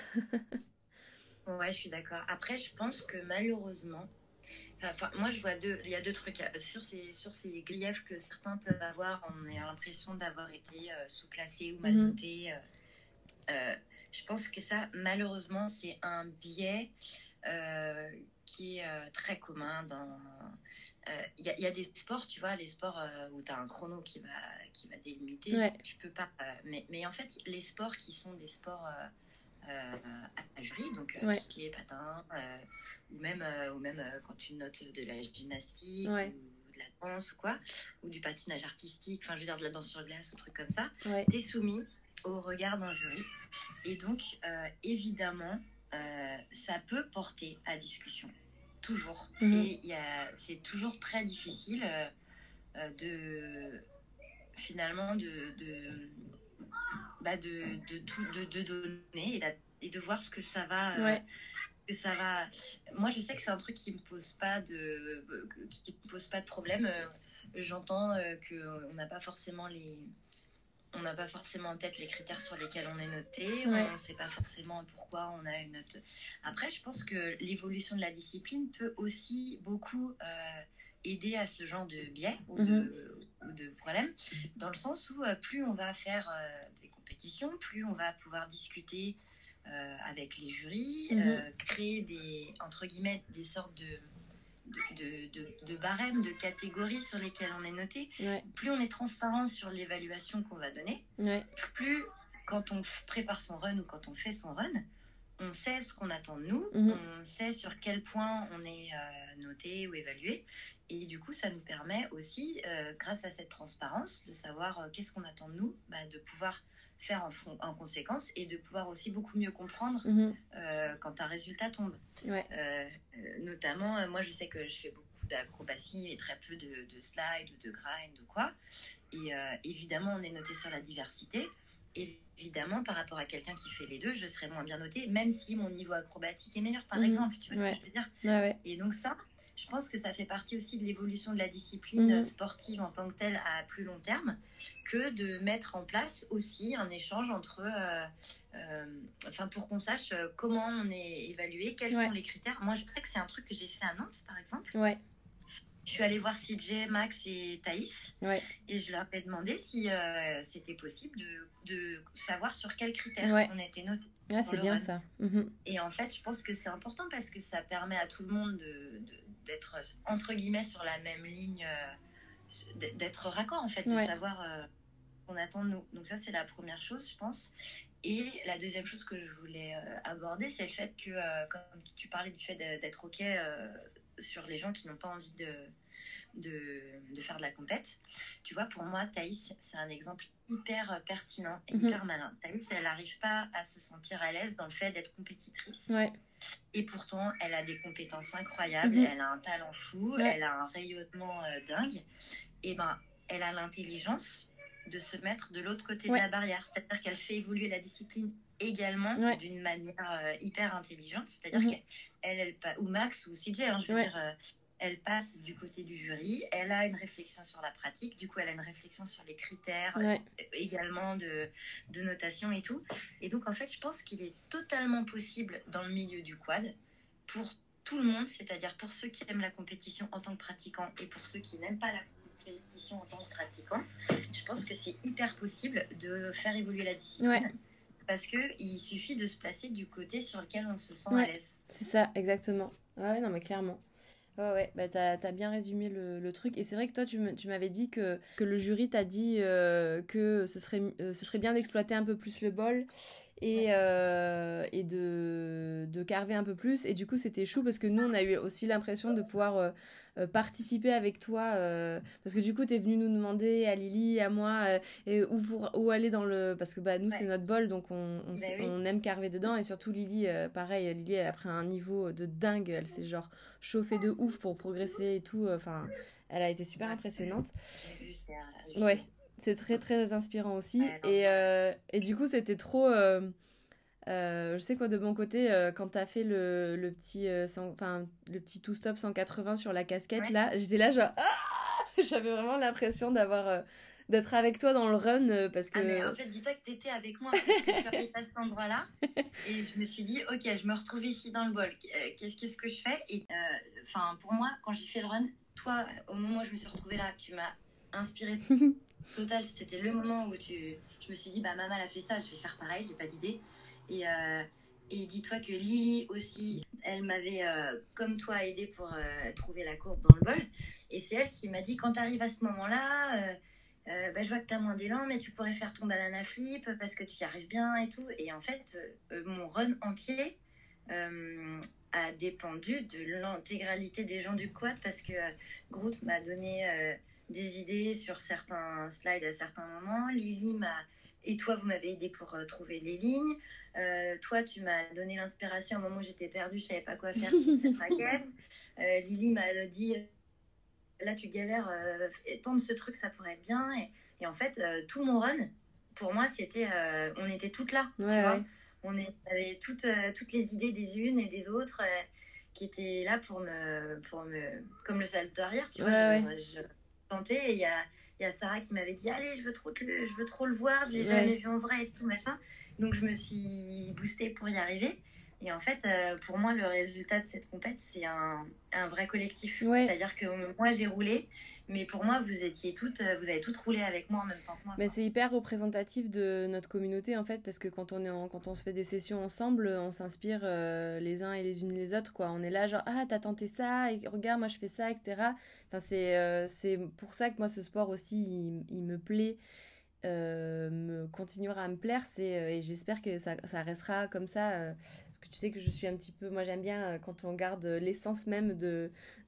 ouais, je suis d'accord. Après, je pense que malheureusement, enfin, moi, je vois deux, il y a deux trucs. Euh, Sur ces, sur ces griefs que certains peuvent avoir, on a l'impression d'avoir été euh, sous-classé ou mal Mhm. noté. euh, euh, je pense que ça, malheureusement, c'est un biais euh, qui est euh, très commun dans... euh, Il y, a- il y a des sports, tu vois, les sports euh, où tu as un chrono qui va, qui va délimiter, Ouais. tu peux pas... euh, mais, mais en fait, les sports qui sont des sports... euh, euh, à jury, donc euh, Ouais. tout ce qui est patin, euh, ou même, euh, ou même euh, quand tu notes de la gymnastique Ouais. ou de la danse ou quoi, ou du patinage artistique, enfin je veux dire de la danse sur glace ou trucs comme ça, Ouais. tu es soumis au regard d'un jury. Et donc, euh, évidemment, euh, ça peut porter à discussion, toujours. Mhm. Et y a, c'est toujours très difficile euh, euh, de, finalement, de... de bah de, de, tout, de, de donner et, d'a- et de voir ce que ça va euh, Ouais. que ça va moi je sais que c'est un truc qui me pose pas de qui me pose pas de problème. Euh, j'entends euh, que on n'a pas forcément les on n'a pas forcément en tête les critères sur lesquels on est noté, Ouais. on ne sait pas forcément pourquoi on a une note. Après, je pense que l'évolution de la discipline peut aussi beaucoup euh, aider à ce genre de biais ou Mhm. de, ou de problème, dans le sens où euh, plus on va faire euh, des compétitions, plus on va pouvoir discuter euh, avec les jurys, Mhm. euh, créer des, entre guillemets, des sortes de de, de, de barèmes, de catégories sur lesquelles on est noté, ouais. plus on est transparent sur l'évaluation qu'on va donner, ouais. plus quand on prépare son run ou quand on fait son run, on sait ce qu'on attend de nous, mmh. on sait sur quel point on est euh, noté ou évalué. Et du coup, ça nous permet aussi, euh, grâce à cette transparence, de savoir euh, qu'est-ce qu'on attend de nous, bah, de pouvoir faire en, en conséquence et de pouvoir aussi beaucoup mieux comprendre mmh. euh, quand un résultat tombe. Ouais. Euh, notamment, euh, moi, je sais que je fais beaucoup d'acrobatie et très peu de, de slide ou de grind ou quoi. Et euh, évidemment, on est noté sur la diversité. Et évidemment, par rapport à quelqu'un qui fait les deux, je serais moins bien notée, même si mon niveau acrobatique est meilleur, par mmh. exemple. Tu vois ouais. ce que je veux dire ? Ouais, ouais. Et donc ça, je pense que ça fait partie aussi de l'évolution de la discipline mmh. sportive en tant que telle à plus long terme, que de mettre en place aussi un échange entre, euh, euh, enfin pour qu'on sache comment on est évalué, quels ouais. sont les critères. Moi, je sais que c'est un truc que j'ai fait à Nantes, par exemple. Ouais. Je suis allée voir C J, Max et Thaïs ouais. et je leur ai demandé si euh, c'était possible de, de savoir sur quels critères ouais. on était noté. Ah, c'est bien run. Ça. Mmh. Et en fait, je pense que c'est important parce que ça permet à tout le monde de, de, d'être entre guillemets sur la même ligne, euh, d'être raccord en fait, de ouais. savoir euh, qu'on attend de nous. Donc ça, c'est la première chose, je pense. Et la deuxième chose que je voulais euh, aborder, c'est le fait que, euh, comme tu parlais du fait d'être OK euh, sur les gens qui n'ont pas envie de, de, de faire de la compète. Tu vois, pour moi, Thaïs, c'est un exemple hyper pertinent et mm-hmm. hyper malin. Thaïs, elle n'arrive pas à se sentir à l'aise dans le fait d'être compétitrice. Ouais. Et pourtant, elle a des compétences incroyables, mm-hmm. elle a un talent fou, ouais. elle a un rayonnement euh, dingue. Et ben, elle a l'intelligence de se mettre de l'autre côté ouais. de la barrière. C'est-à-dire qu'elle fait évoluer la discipline également ouais. d'une manière euh, hyper intelligente. C'est-à-dire mm-hmm. qu'elle, elle, elle, ou Max ou C J, hein, je veux ouais. dire, euh, elle passe du côté du jury, elle a une réflexion sur la pratique, du coup elle a une réflexion sur les critères ouais. euh, également de, de notation et tout. Et donc en fait, je pense qu'il est totalement possible dans le milieu du quad, pour tout le monde, c'est-à-dire pour ceux qui aiment la compétition en tant que pratiquant et pour ceux qui n'aiment pas la compétition en tant que pratiquant, je pense que c'est hyper possible de faire évoluer la discipline. Ouais. Parce qu'il suffit de se placer du côté sur lequel on se sent ouais, à l'aise. C'est ça, exactement. Ouais, non, mais clairement. Ouais, ouais, bah t'as, t'as bien résumé le, le truc. Et c'est vrai que toi, tu, me, tu m'avais dit que, que le jury t'a dit euh, que ce serait, euh, ce serait bien d'exploiter un peu plus le bol et, ouais. euh, et de, de carver un peu plus. Et du coup, c'était chou parce que nous, on a eu aussi l'impression de pouvoir euh, euh, participer avec toi. Euh, parce que du coup, t'es venu nous demander à Lily, à moi, euh, et où, pour, où aller dans le... Parce que bah, nous, ouais. c'est notre bol, donc on, on, bah, oui. on aime carver dedans. Et surtout, Lily, euh, pareil, Lily, elle a pris un niveau de dingue. Elle s'est genre chauffée de ouf pour progresser et tout. Enfin, elle a été super impressionnante. J'ai vu, c'est... Ouais. C'est très très inspirant aussi ouais, et, euh, et du coup c'était trop euh, euh, je sais quoi de mon côté euh, quand t'as fait le, le petit euh, enfin le petit two stop cent quatre-vingts sur la casquette ouais. là j'étais là genre ah j'avais vraiment l'impression d'avoir euh, d'être avec toi dans le run euh, parce que ah mais en fait dis-toi que t'étais avec moi parce que je suis arrivée à cet endroit là et je me suis dit ok je me retrouve ici dans le bol qu'est-ce, qu'est-ce que je fais et enfin euh, pour moi quand j'ai fait le run toi au moment où je me suis retrouvée là tu m'as inspirée total, c'était le moment où tu... je me suis dit, bah maman elle a fait ça, je vais faire pareil, j'ai pas d'idée. Et, euh, et dis-toi que Lily aussi, elle m'avait, euh, comme toi, aidé pour euh, trouver la courbe dans le bol. Et c'est elle qui m'a dit, quand t'arrives à ce moment-là, euh, euh, bah, je vois que t'as moins d'élan, mais tu pourrais faire ton banana flip parce que tu y arrives bien et tout. Et en fait, euh, mon run entier euh, a dépendu de l'intégralité des gens du quad parce que euh, Groot m'a donné... Euh, des idées sur certains slides à certains moments. Lily m'a... Et toi, vous m'avez aidé pour euh, trouver les lignes. Euh, toi, tu m'as donné l'inspiration au moment où j'étais perdue, je ne savais pas quoi faire sur cette raquette. Euh, Lily m'a dit, là, tu galères, euh, tente ce truc, ça pourrait être bien. Et, et en fait, euh, tout mon run, pour moi, c'était... Euh, on était toutes là, ouais, tu vois. Ouais. On est, avait toutes, euh, toutes les idées des unes et des autres euh, qui étaient là pour me... Pour me comme le salto arrière, tu ouais, vois. Ouais. Je, je, et il y a, y a Sarah qui m'avait dit allez je veux trop, le, je veux trop le voir je l'ai ouais. jamais vu en vrai et tout machin donc je me suis boostée pour y arriver Et en fait, euh, pour moi, le résultat de cette compète, c'est un, un vrai collectif. Ouais. C'est-à-dire que moi, j'ai roulé, mais pour moi, vous étiez toutes, vous avez toutes roulé avec moi en même temps que moi. Mais c'est hyper représentatif de notre communauté en fait, parce que quand on est en, quand on se fait des sessions ensemble, on s'inspire euh, les uns et les unes les autres, quoi. On est là genre ah t'as tenté ça, et regarde moi je fais ça, et cetera. Enfin c'est euh, c'est pour ça que moi ce sport aussi il, il me plaît. Euh, me continuera à me plaire, c'est euh, et j'espère que ça, ça restera comme ça, euh, parce que tu sais que je suis un petit peu, moi j'aime bien euh, quand on garde l'essence même de,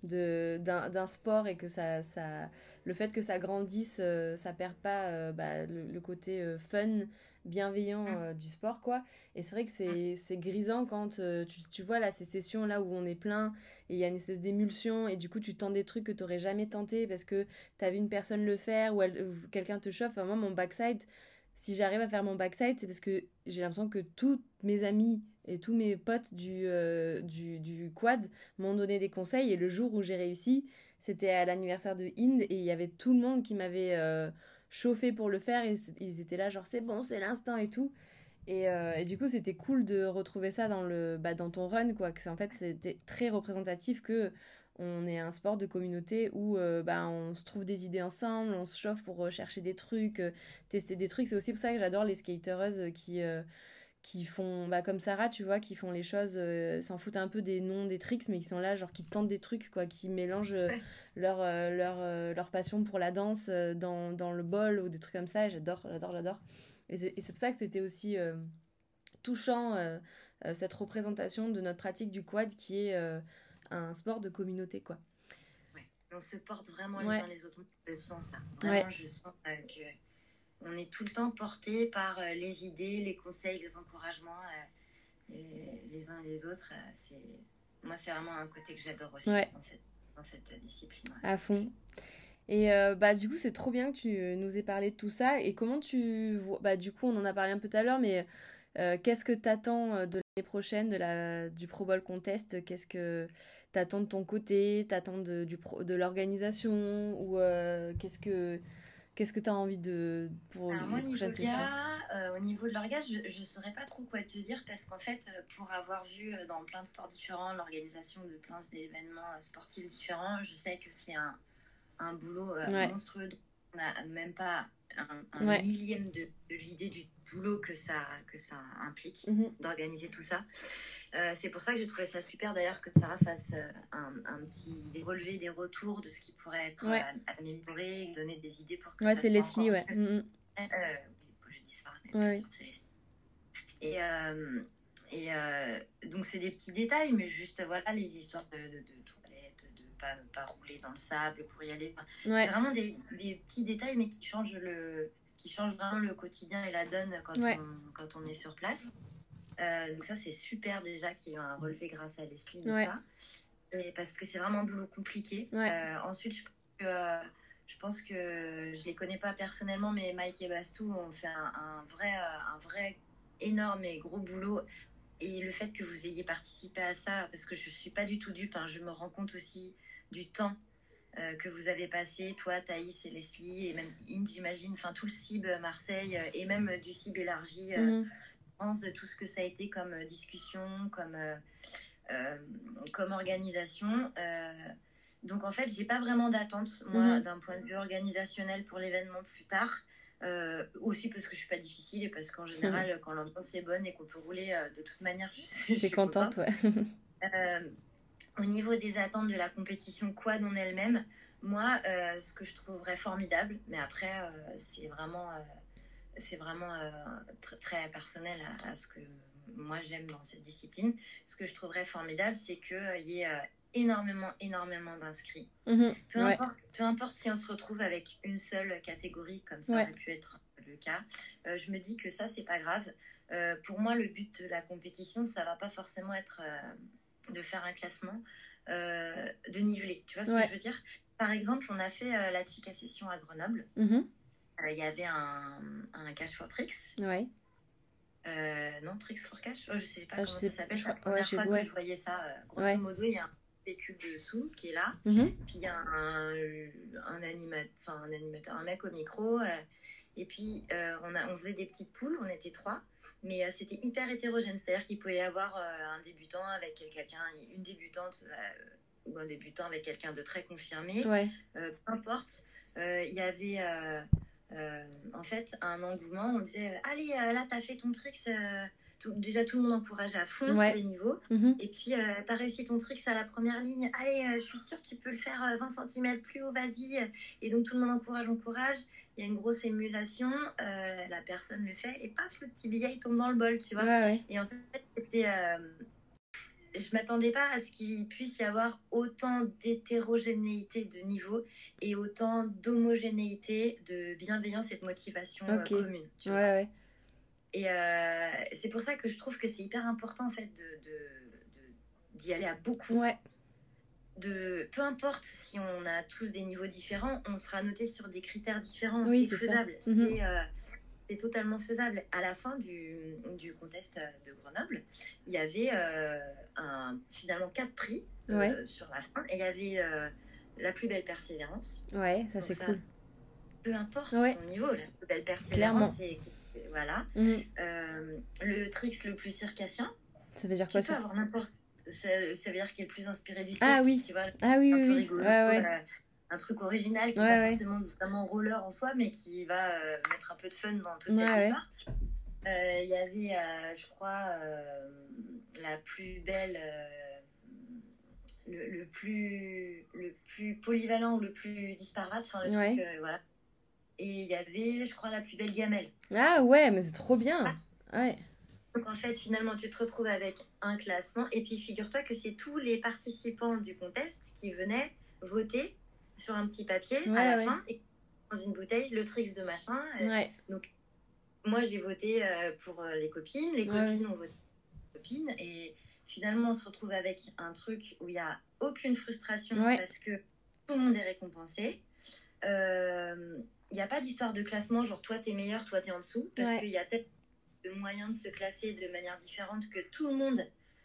de d'un, d'un sport, et que ça, ça le fait que ça grandisse, euh, ça perde pas euh, bah, le, le côté euh, fun, bienveillant euh, du sport, quoi. Et c'est vrai que c'est, c'est grisant quand euh, tu, tu vois là ces sessions là où on est plein et il y a une espèce d'émulsion, et du coup tu tentes des trucs que t'aurais jamais tenté parce que t'as vu une personne le faire, ou, elle, ou quelqu'un te chauffe. Enfin, moi mon backside, si j'arrive à faire mon backside, c'est parce que j'ai l'impression que tous mes amis et tous mes potes du, euh, du, du quad m'ont donné des conseils, et le jour où j'ai réussi, c'était à l'anniversaire de Inde, et il y avait tout le monde qui m'avait euh, chauffé pour le faire, et ils étaient là genre c'est bon, c'est l'instinct et tout. Et, euh, et du coup, c'était cool de retrouver ça dans, le, bah, dans ton run, quoi. Que c'est, en fait, c'était très représentatif que on est un sport de communauté où euh, bah, on se trouve des idées ensemble, on se chauffe pour chercher des trucs, euh, tester des trucs. C'est aussi pour ça que j'adore les skatereuses qui, euh, qui font, bah, comme Sarah, tu vois, qui font les choses, euh, s'en foutent un peu des noms, des tricks, mais qui sont là, genre, qui tentent des trucs, quoi, qui mélangent euh, leur, euh, leur, euh, leur passion pour la danse euh, dans, dans le bol ou des trucs comme ça. Et j'adore, j'adore, j'adore. Et c'est, et c'est pour ça que c'était aussi euh, touchant, euh, euh, cette représentation de notre pratique du quad, qui est euh, un sport de communauté, quoi. Ouais. On se porte vraiment ouais. les uns les autres. Je sens ça. Vraiment, ouais. je sens euh, que on est tout le temps porté par euh, les idées, les conseils, les encouragements euh, les, les uns et les autres. Euh, c'est... Moi, c'est vraiment un côté que j'adore aussi ouais. dans, cette, dans cette discipline. Ouais. À fond. Et euh, bah du coup c'est trop bien que tu nous aies parlé de tout ça. Et comment tu vois, bah du coup on en a parlé un peu tout à l'heure, mais euh, qu'est-ce que t'attends de l'année prochaine, de la du Pro Bowl Contest? Qu'est-ce que t'attends de ton côté? T'attends de du pro, de l'organisation, ou euh, qu'est-ce que qu'est-ce que t'as envie de pour Alors, les moi, prochaines niveau sessions? euh, au niveau de l'organisation, je, je saurais pas trop quoi te dire, parce qu'en fait, pour avoir vu dans plein de sports différents l'organisation de plein d'événements sportifs différents, je sais que c'est un un boulot euh, ouais. monstrueux. On n'a même pas un, un ouais. millième de, de l'idée du boulot que ça, que ça implique mm-hmm. d'organiser tout ça. Euh, c'est pour ça que j'ai trouvé ça super d'ailleurs que Sarah fasse un, un petit relevé des retours de ce qui pourrait être ouais. euh, amélioré, donner des idées pour que ouais, ça c'est soit Leslie, encore ouais. Mm-hmm. Euh, je dis ça, mais ouais. c'est Leslie. Et, euh, et euh, donc c'est des petits détails, mais juste voilà les histoires de, de, de Pas, pas rouler dans le sable pour y aller. Ouais. C'est vraiment des, des petits détails, mais qui changent, le, qui changent vraiment le quotidien et la donne quand, ouais. on, quand on est sur place. Euh, donc ça, c'est super déjà qu'il y ait un relevé grâce à Leslie de ouais. ça. Et parce que c'est vraiment un boulot compliqué. Ouais. Euh, ensuite, je, euh, je pense que je les connais pas personnellement, mais Mike et Bastou ont fait un, un, vrai, un vrai énorme et gros boulot. Et le fait que vous ayez participé à ça, parce que je ne suis pas du tout dupe, hein, je me rends compte aussi du temps euh, que vous avez passé, toi, Thaïs et Leslie, et même Inde, j'imagine, enfin tout le C I B Marseille, euh, et même euh, du C I B élargi, euh, mm-hmm. je pense de tout ce que ça a été comme euh, discussion, comme, euh, euh, comme organisation. Euh, donc en fait, je n'ai pas vraiment d'attente, moi, mm-hmm. d'un point de vue organisationnel pour l'événement plus tard. Euh, aussi parce que je suis pas difficile, et parce qu'en général mmh. quand l'ambiance est bonne et qu'on peut rouler euh, de toute manière je, je suis contente, contente. Ouais. euh, au niveau des attentes de la compétition quad en elle-même, moi euh, ce que je trouverais formidable, mais après euh, c'est vraiment euh, c'est vraiment euh, très, très personnel à, à ce que moi j'aime dans cette discipline, ce que je trouverais formidable, c'est qu'il euh, y ait euh, énormément, énormément d'inscrits. Mmh, peu, ouais. importe, peu importe si on se retrouve avec une seule catégorie, comme ça ouais. aurait pu être le cas. Euh, je me dis que ça, c'est pas grave. Euh, pour moi, le but de la compétition, ça va pas forcément être euh, de faire un classement, euh, de niveler. Tu vois ce ouais. que je veux dire ? Par exemple, on a fait euh, la Chica Session à Grenoble. Il mmh. euh, y avait un, un Cash for Tricks. Ouais. Euh, non, Tricks for Cash, oh, je sais pas ah, comment sais, ça s'appelle. C'est la première ouais, fois je... que ouais. je voyais ça. Euh, grosso ouais. modo, il y a un véhicule dessous qui est là, mm-hmm. puis il y a un, un, anima- un animateur, un mec au micro, euh, Et puis, euh, on, a, on faisait des petites poules, on était trois, mais euh, c'était hyper hétérogène. C'est-à-dire qu'il pouvait y avoir euh, un débutant avec quelqu'un, une débutante euh, ou un débutant avec quelqu'un de très confirmé. Ouais. Euh, peu importe. Euh, Il y avait euh, euh, en fait un engouement. On disait euh, allez, euh, là, t'as fait ton tricks. Euh, tout, déjà, tout le monde encourageait à fond Ouais. tous les niveaux. Mhm. Et puis, euh, t'as réussi ton tricks à la première ligne. Allez, euh, je suis sûre que tu peux le faire euh, vingt centimètres plus haut, vas-y. Et donc, tout le monde encourage, encourage. Il y a une grosse émulation, euh, la personne le fait, et paf, le petit billet, il tombe dans le bol, tu vois. Ouais, ouais. Et en fait, c'était, euh, je m'attendais pas à ce qu'il puisse y avoir autant d'hétérogénéité de niveau et autant d'homogénéité, de bienveillance et de motivation Ok. euh, commune. Tu Ouais, vois. ouais. Et euh, c'est pour ça que je trouve que c'est hyper important, en fait, de, de, de- d'y aller à beaucoup. Ouais. De, peu importe si on a tous des niveaux différents, on sera noté sur des critères différents. Oui, c'est c'est ça. faisable. Mhm. C'est, euh, c'est totalement faisable. À la fin du, du contest de Grenoble, il y avait euh, un, finalement quatre prix euh, Ouais. sur la fin. Et il y avait euh, la plus belle persévérance. Ouais, ça Donc c'est ça, cool. Peu importe Ouais. ton niveau, la plus belle Clairement. persévérance, c'est voilà. Mhm. Euh, le tricks le plus circassien. Ça veut dire Tu quoi peux ça? avoir n'importe. Ça, ça veut dire qu'il est le plus inspiré du cirque, Ah oui. tu vois. Ah oui, Un oui, peu oui. rigolo, Ouais, ouais. euh, un truc original qui Ouais, n'est pas ouais. forcément vraiment roller en soi, mais qui va euh, mettre un peu de fun dans toute Ouais, cette ouais. histoire. Euh, Il y avait, euh, je crois, euh, la plus belle, euh, le, le plus, le plus polyvalent ou le plus disparate, enfin le Ouais. truc, euh, voilà. Et il y avait, je crois, la plus belle gamelle. Ah ouais, mais c'est trop bien. Ouais. Donc en fait, finalement, tu te retrouves avec un classement. Et puis figure-toi que c'est tous les participants du contest qui venaient voter sur un petit papier Ouais, à la ouais. fin, et dans une bouteille, le tricks de machin. Euh, Ouais. Donc moi, j'ai voté euh, pour euh, les copines. Les Ouais, copines ont voté pour les copines. Et finalement, on se retrouve avec un truc où il n'y a aucune frustration Ouais. parce que tout le monde est récompensé. Euh, Il n'y a pas d'histoire de classement, genre toi, t'es meilleur, toi, t'es en dessous. Parce Ouais. qu'il y a peut-être de moyens de se classer de manière différente, que tout le monde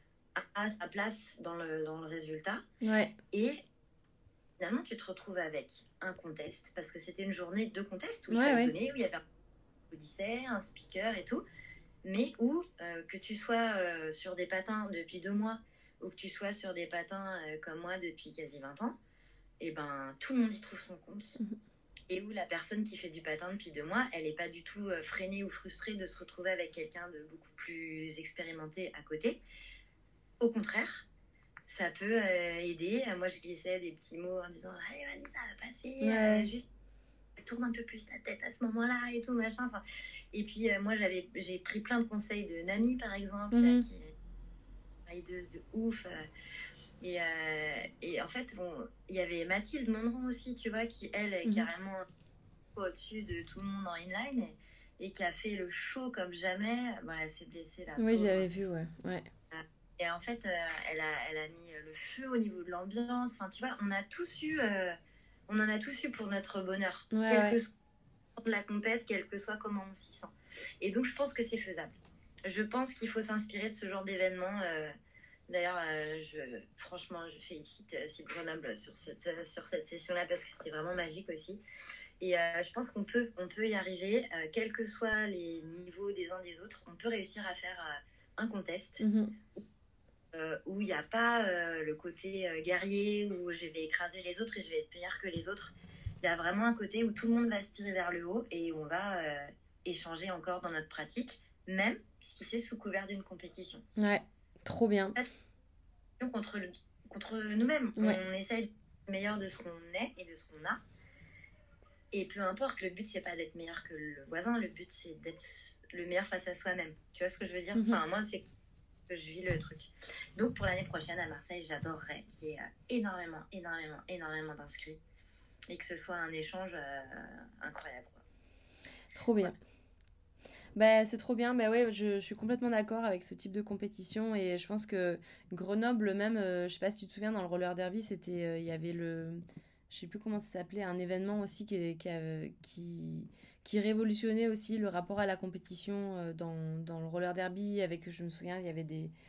a sa place dans le, dans le résultat. Ouais. Et finalement, tu te retrouves avec un contest, parce que c'était une journée de contest où il Ouais, fallait ouais. se donner, où il y avait un policier, un speaker et tout, mais où, euh, que tu sois euh, sur des patins depuis deux mois, ou que tu sois sur des patins euh, comme moi depuis quasi vingt ans, et ben, tout le monde y trouve son compte. Mhm. Et où la personne qui fait du patin depuis deux mois, elle n'est pas du tout euh, freinée ou frustrée de se retrouver avec quelqu'un de beaucoup plus expérimenté à côté. Au contraire, ça peut euh, aider. Moi, je glissais des petits mots en disant « Allez, vas-y, ça va passer. Ouais. Euh, juste tourne un peu plus la tête à ce moment-là et tout, machin. » Enfin, et puis, euh, moi, j'avais, j'ai pris plein de conseils de Nami, par exemple, Mhm. qui est rideuse de ouf. euh, Et, euh, et en fait, bon, il y avait Mathilde Mondron aussi, tu vois, qui, elle, est Mhm. carrément au-dessus de tout le monde en inline et, et qui a fait le show comme jamais. Bon, elle s'est blessée là. Oui, j'avais vu, ouais. Ouais. Et en fait, euh, elle, a, elle a mis le feu au niveau de l'ambiance. Enfin, tu vois, on a tous eu, euh, on en a tous eu pour notre bonheur, Ouais, quel ouais. que soit la compète, quel que soit comment on s'y sent. Et donc, je pense que c'est faisable. Je pense qu'il faut s'inspirer de ce genre d'événement. Euh, D'ailleurs, euh, je, franchement, je félicite euh, Cible Grenoble sur cette, sur cette session-là parce que c'était vraiment magique aussi. Et euh, je pense qu'on peut, on peut y arriver, euh, quels que soient les niveaux des uns des autres. On peut réussir à faire euh, un contest Mhm. euh, où il n'y a pas euh, le côté euh, guerrier où je vais écraser les autres et je vais être meilleur que les autres. Il y a vraiment un côté où tout le monde va se tirer vers le haut et où on va euh, échanger encore dans notre pratique, même si c'est sous couvert d'une compétition. Ouais. Trop bien. Contre, le, contre nous-mêmes. Ouais. On essaye d'être meilleur de ce qu'on est et de ce qu'on a. Et peu importe, le but, c'est pas d'être meilleur que le voisin, le but, c'est d'être le meilleur face à soi-même. Tu vois ce que je veux dire? Mhm. Enfin, moi, c'est que je vis le truc. Donc, pour l'année prochaine, à Marseille, j'adorerais qu'il y ait euh, énormément, énormément, énormément d'inscrits et que ce soit un échange euh, incroyable, quoi. Trop bien. Bah, c'est trop bien. Bah ouais, je, je suis complètement d'accord avec ce type de compétition et je pense que Grenoble même, euh, je sais pas si tu te souviens, dans le roller derby, c'était, euh, il y avait le, je sais plus comment ça s'appelait, un événement aussi qui, qui, a- qui, qui révolutionnait aussi le rapport à la compétition euh, dans, dans le roller derby avec, je me souviens, il y avait des,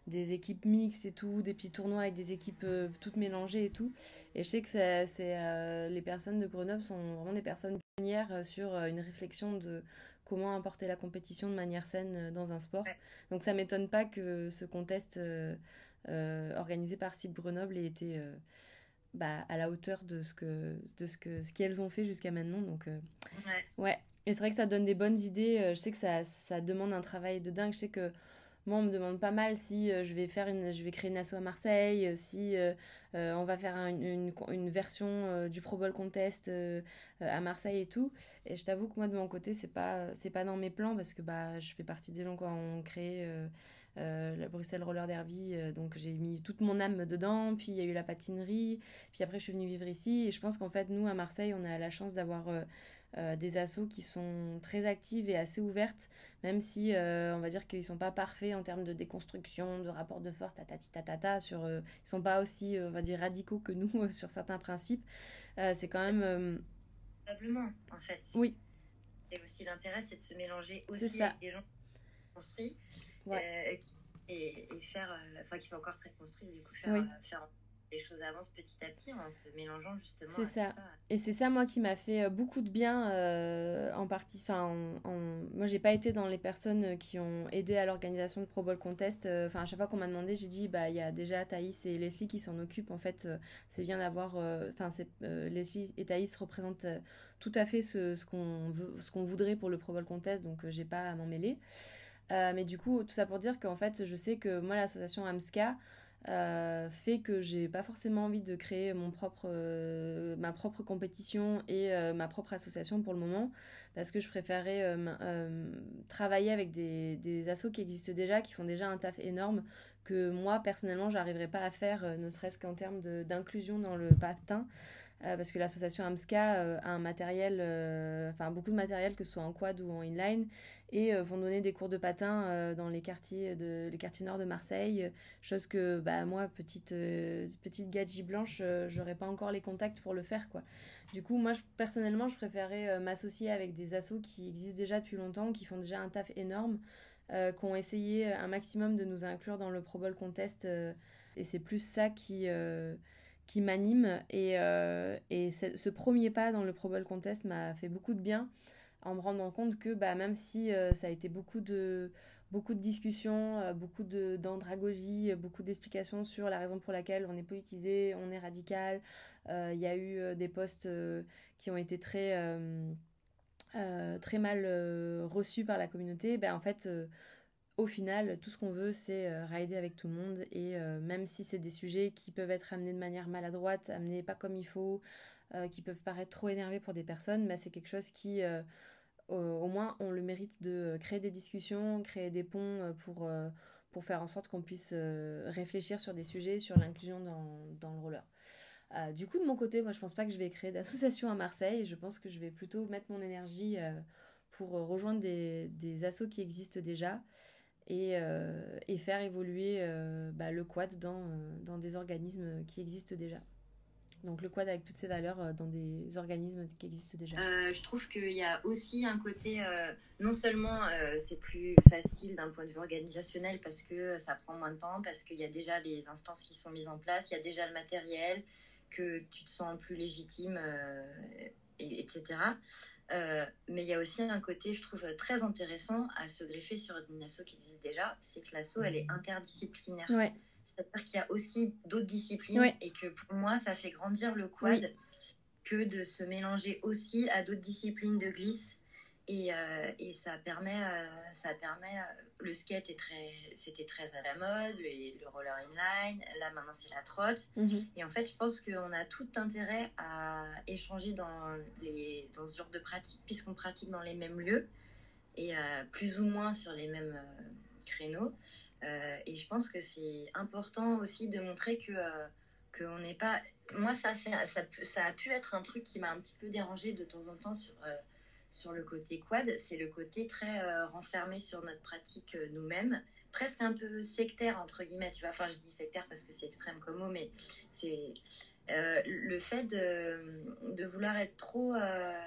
des équipes mixtes et tout, des petits tournois avec des équipes euh, toutes mélangées et tout. Et je sais que c'est, c'est, euh, les personnes de Grenoble sont vraiment des personnes pionnières euh, sur euh, une réflexion de comment apporter la compétition de manière saine euh, dans un sport. Ouais. Donc ça m'étonne pas que ce contest euh, euh, organisé par Cible Grenoble ait été euh, bah, à la hauteur de ce que de ce que ce qu'elles ont fait jusqu'à maintenant. Donc euh, Ouais. ouais. Et c'est vrai que ça donne des bonnes idées. Euh, Je sais que ça, ça demande un travail de dingue. Je sais que moi, on me demande pas mal si euh, je vais faire une, je vais créer une asso à Marseille, euh, si euh, euh, on va faire un- une, une version euh, du Pro Bowl Contest euh, euh, à Marseille et tout. Et je t'avoue que moi, de mon côté, c'est pas, c'est pas dans mes plans parce que bah, je fais partie des gens qui ont créé euh, euh, la Bruxelles Roller Derby. Euh, donc j'ai mis toute mon âme dedans. Puis il y a eu la patinerie. Puis après, je suis venue vivre ici. Et je pense qu'en fait, nous, à Marseille, on a la chance d'avoir euh, euh, des assos qui sont très actives et assez ouvertes, même si euh, on va dire qu'ils sont pas parfaits en termes de déconstruction, de rapport de force, tatati tatata, sur, euh, ils sont pas aussi, euh, on va dire, radicaux que nous euh, sur certains principes. Euh, c'est quand même... euh, Probablement, en fait. oui, Et aussi l'intérêt, c'est de se mélanger c'est aussi ça. avec des gens construits Ouais. euh, qui- et, et faire, euh, enfin qui sont encore très construits, du coup faire, Oui. euh, faire les choses avancent petit à petit en se mélangeant justement C'est à ça. tout ça. Et c'est ça, moi, qui m'a fait euh, beaucoup de bien euh, en partie. Enfin, en, en- moi, j'ai pas été dans les personnes qui ont aidé à l'organisation de Pro Bowl Contest. Euh, Enfin, à chaque fois qu'on m'a demandé, j'ai dit, bah, il y a déjà Thaïs et Leslie qui s'en occupent. En fait, euh, c'est bien d'avoir. euh, Enfin, c'est euh, Leslie et Thaïs représentent euh, tout à fait ce, ce qu'on veut, ce qu'on voudrait pour le Pro Bowl Contest. Donc, euh, j'ai pas à m'en mêler. Euh, mais du coup, tout ça pour dire qu'en fait, je sais que moi, l'association AMSCA euh, fait que j'ai pas forcément envie de créer mon propre, euh, ma propre compétition et euh, ma propre association pour le moment, parce que je préférais euh, ma- euh, travailler avec des, des assos qui existent déjà, qui font déjà un taf énorme, que moi, personnellement, j'arriverais pas à faire, euh, ne serait-ce qu'en termes de- d'inclusion dans le patin. Euh, parce que l'association AMSCA euh, a un matériel, euh, enfin beaucoup de matériel, que ce soit en quad ou en inline, et euh, vont donner des cours de patin euh, dans les quartiers, de, les quartiers nord de Marseille, chose que bah, moi, petite, euh, petite gadji blanche, euh, j'aurais pas encore les contacts pour le faire, quoi. Du coup, moi, je, personnellement, je préférais euh, m'associer avec des assos qui existent déjà depuis longtemps, qui font déjà un taf énorme, euh, qui ont essayé un maximum de nous inclure dans le Pro Bowl Contest, euh, et c'est plus ça qui... euh, qui m'anime et, euh, et ce, ce premier pas dans le Pro Bowl Contest m'a fait beaucoup de bien en me rendant compte que bah, même si euh, ça a été beaucoup de, beaucoup de discussions, euh, beaucoup de, d'andragogie, euh, beaucoup d'explications sur la raison pour laquelle on est politisé, on est radical, il euh, y a eu euh, des posts euh, qui ont été très, euh, euh, très mal euh, reçus par la communauté, bah, en fait... Euh, au final, tout ce qu'on veut, c'est euh, rider avec tout le monde. Et euh, même si c'est des sujets qui peuvent être amenés de manière maladroite, amenés pas comme il faut, euh, qui peuvent paraître trop énervés pour des personnes, bah, c'est quelque chose qui, euh, au, au moins, ont le mérite de créer des discussions, créer des ponts euh, pour, euh, pour faire en sorte qu'on puisse euh, réfléchir sur des sujets, sur l'inclusion dans, dans le roller. Euh, du coup, de mon côté, moi, je pense pas que je vais créer d'association à Marseille. Je pense que je vais plutôt mettre mon énergie euh, pour euh, rejoindre des, des assos qui existent déjà et, euh, et faire évoluer euh, bah, le quad dans, euh, dans des organismes qui existent déjà. Donc le quad avec toutes ses valeurs euh, dans des organismes qui existent déjà. Euh, je trouve qu'il y a aussi un côté, euh, non seulement euh, c'est plus facile d'un point de vue organisationnel parce que ça prend moins de temps, parce qu'il y a déjà les instances qui sont mises en place, il y a déjà le matériel, que tu te sens plus légitime, euh, et, etc. Euh, mais il y a aussi un côté, je trouve, très intéressant à se greffer sur une asso qui existe déjà, c'est que l'asso, elle est interdisciplinaire. Ouais. C'est-à-dire qu'il y a aussi d'autres disciplines Ouais. et que pour moi, ça fait grandir le quad Oui. que de se mélanger aussi à d'autres disciplines de glisse. Et, euh, et ça permet, euh, ça permet euh, le skate est très, c'était très à la mode, le, le roller inline, là maintenant c'est la trotte. Mhm. Et en fait, je pense qu'on a tout intérêt à échanger dans, les, dans ce genre de pratique, puisqu'on pratique dans les mêmes lieux et euh, plus ou moins sur les mêmes euh, créneaux. Euh, et je pense que c'est important aussi de montrer que euh, qu'on n'est pas... Moi, ça, c'est, ça, ça a pu être un truc qui m'a un petit peu dérangée de temps en temps sur, euh, sur le côté quad. C'est le côté très euh, renfermé sur notre pratique euh, nous-mêmes, presque un peu sectaire, entre guillemets. Tu vois, enfin, je dis sectaire parce que c'est extrême comme mot, mais c'est euh, le fait de, de vouloir être trop... Euh,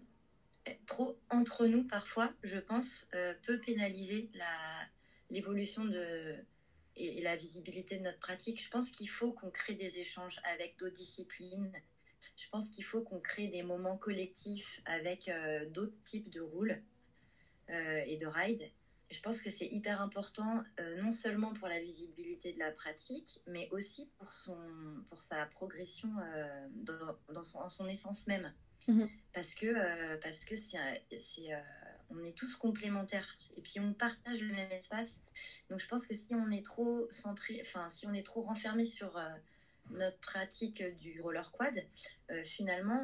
trop entre nous parfois, je pense, euh, peut pénaliser la, l'évolution de, et, et la visibilité de notre pratique, je pense qu'il faut qu'on crée des échanges avec d'autres disciplines. Je pense qu'il faut qu'on crée des moments collectifs avec euh, d'autres types de rôles euh, et de rides. Je pense que c'est hyper important, euh, non seulement pour la visibilité de la pratique, mais aussi pour, son, pour sa progression euh, dans, dans son, en son essence même. Mmh. Parce que, euh, parce que c'est, c'est, euh, on est tous complémentaires et puis on partage le même espace. Donc je pense que si on est trop centré, enfin si on est trop renfermé sur euh, notre pratique du roller quad, euh, finalement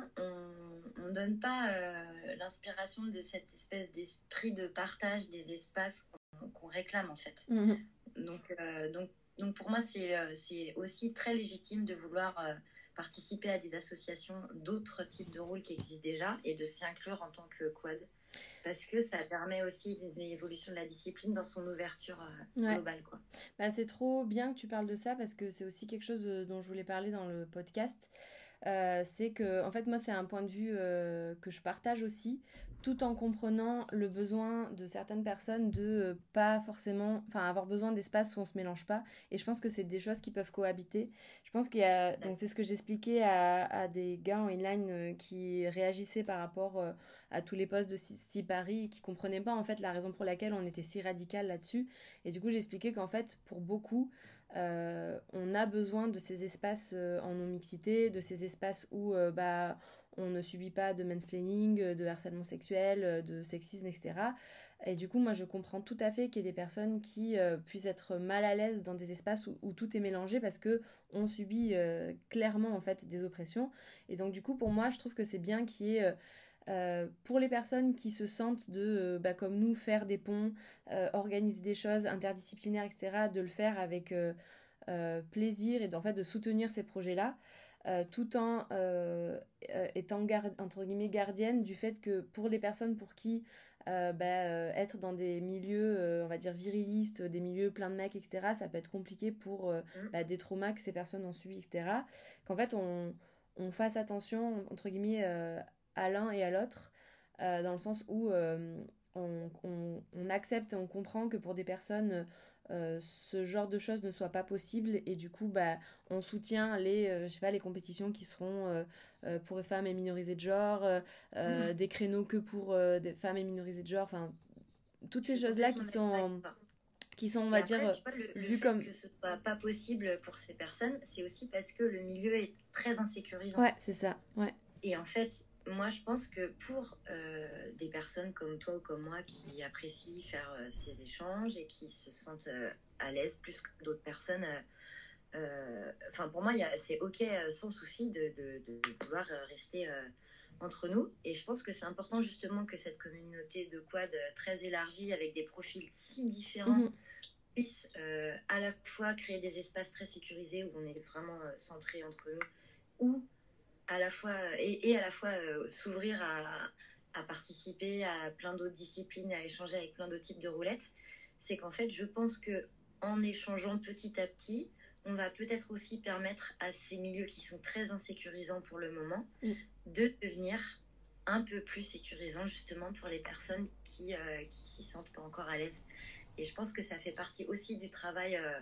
on ne donne pas euh, l'inspiration de cette espèce d'esprit de partage des espaces qu'on, qu'on réclame en fait. Mmh. Donc, euh, donc, donc pour moi c'est, euh, c'est aussi très légitime de vouloir euh, participer à des associations d'autres types de rôles qui existent déjà et de s'y inclure en tant que quad. Parce que ça permet aussi l'évolution de la discipline dans son ouverture euh, ouais. globale, quoi. Bah, c'est trop bien que tu parles de ça parce que c'est aussi quelque chose dont je voulais parler dans le podcast. Euh, c'est que, en fait, moi, c'est un point de vue euh, que je partage aussi, tout en comprenant le besoin de certaines personnes de euh, pas forcément, enfin, avoir besoin d'espace où on se mélange pas. Et je pense que c'est des choses qui peuvent cohabiter. Je pense qu'il y a, donc c'est ce que j'expliquais à, à des gars en inline euh, qui réagissaient par rapport euh, à tous les posts de Sti Paris, qui comprenaient pas en fait la raison pour laquelle on était si radical là-dessus. Et du coup, j'expliquais qu'en fait, pour beaucoup, Euh, on a besoin de ces espaces euh, en non-mixité, de ces espaces où euh, bah, on ne subit pas de mansplaining, de harcèlement sexuel, de sexisme, et cetera. Et du coup, moi, je comprends tout à fait qu'il y ait des personnes qui euh, puissent être mal à l'aise dans des espaces où, où tout est mélangé parce qu'on subit euh, clairement en fait, des oppressions. Et donc, du coup, pour moi, je trouve que c'est bien qu'il y ait... Euh, Euh, pour les personnes qui se sentent de, euh, bah, comme nous, faire des ponts, euh, organiser des choses interdisciplinaires, et cetera, de le faire avec euh, euh, plaisir et en fait de soutenir ces projets-là, euh, tout en euh, euh, étant gar- entre guillemets gardienne du fait que pour les personnes pour qui euh, bah, euh, être dans des milieux, euh, on va dire virilistes, des milieux pleins de mecs, et cetera, ça peut être compliqué pour euh, bah, des traumas que ces personnes ont subis, et cetera. Qu'en fait on, on fasse attention entre guillemets euh, à l'un et à l'autre, euh, dans le sens où euh, on, on, on accepte et on comprend que pour des personnes, euh, ce genre de choses ne soit pas possible et du coup, bah, on soutient les, euh, je sais pas, les compétitions qui seront euh, euh, pour les femmes et minorisées de genre, euh, mmh. des créneaux que pour euh, des femmes et minorisées de genre, enfin, toutes ces choses-là qui sont... qui sont, on va et après, dire, tu vois, le, le vues fait comme... que ce soit pas possible pour ces personnes, c'est aussi parce que le milieu est très insécurisant. Ouais, c'est ça, ouais. Et en fait, moi, je pense que pour euh, des personnes comme toi ou comme moi qui apprécient faire euh, ces échanges et qui se sentent euh, à l'aise plus que d'autres personnes, enfin, euh, pour moi, y a, c'est OK, euh, sans souci, de, de, de vouloir euh, rester euh, entre nous. Et je pense que c'est important, justement, que cette communauté de quad euh, très élargie, avec des profils si différents, mmh. puisse euh, à la fois créer des espaces très sécurisés où on est vraiment euh, centré entre nous, ou à la fois et, et à la fois euh, s'ouvrir à, à participer à plein d'autres disciplines et à échanger avec plein d'autres types de roulettes. C'est qu'en fait, je pense que en échangeant petit à petit, on va peut-être aussi permettre à ces milieux qui sont très insécurisants pour le moment mmh. de devenir un peu plus sécurisants justement pour les personnes qui euh, qui s'y sentent pas encore à l'aise. Et je pense que ça fait partie aussi du travail. Euh,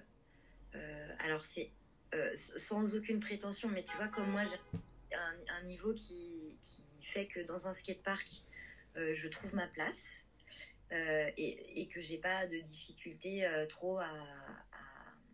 euh, alors c'est euh, sans aucune prétention, mais tu vois, comme moi, j'ai Un, un niveau qui, qui fait que dans un skatepark, euh, je trouve ma place euh, et, et que j'ai pas de difficulté euh, trop à, à,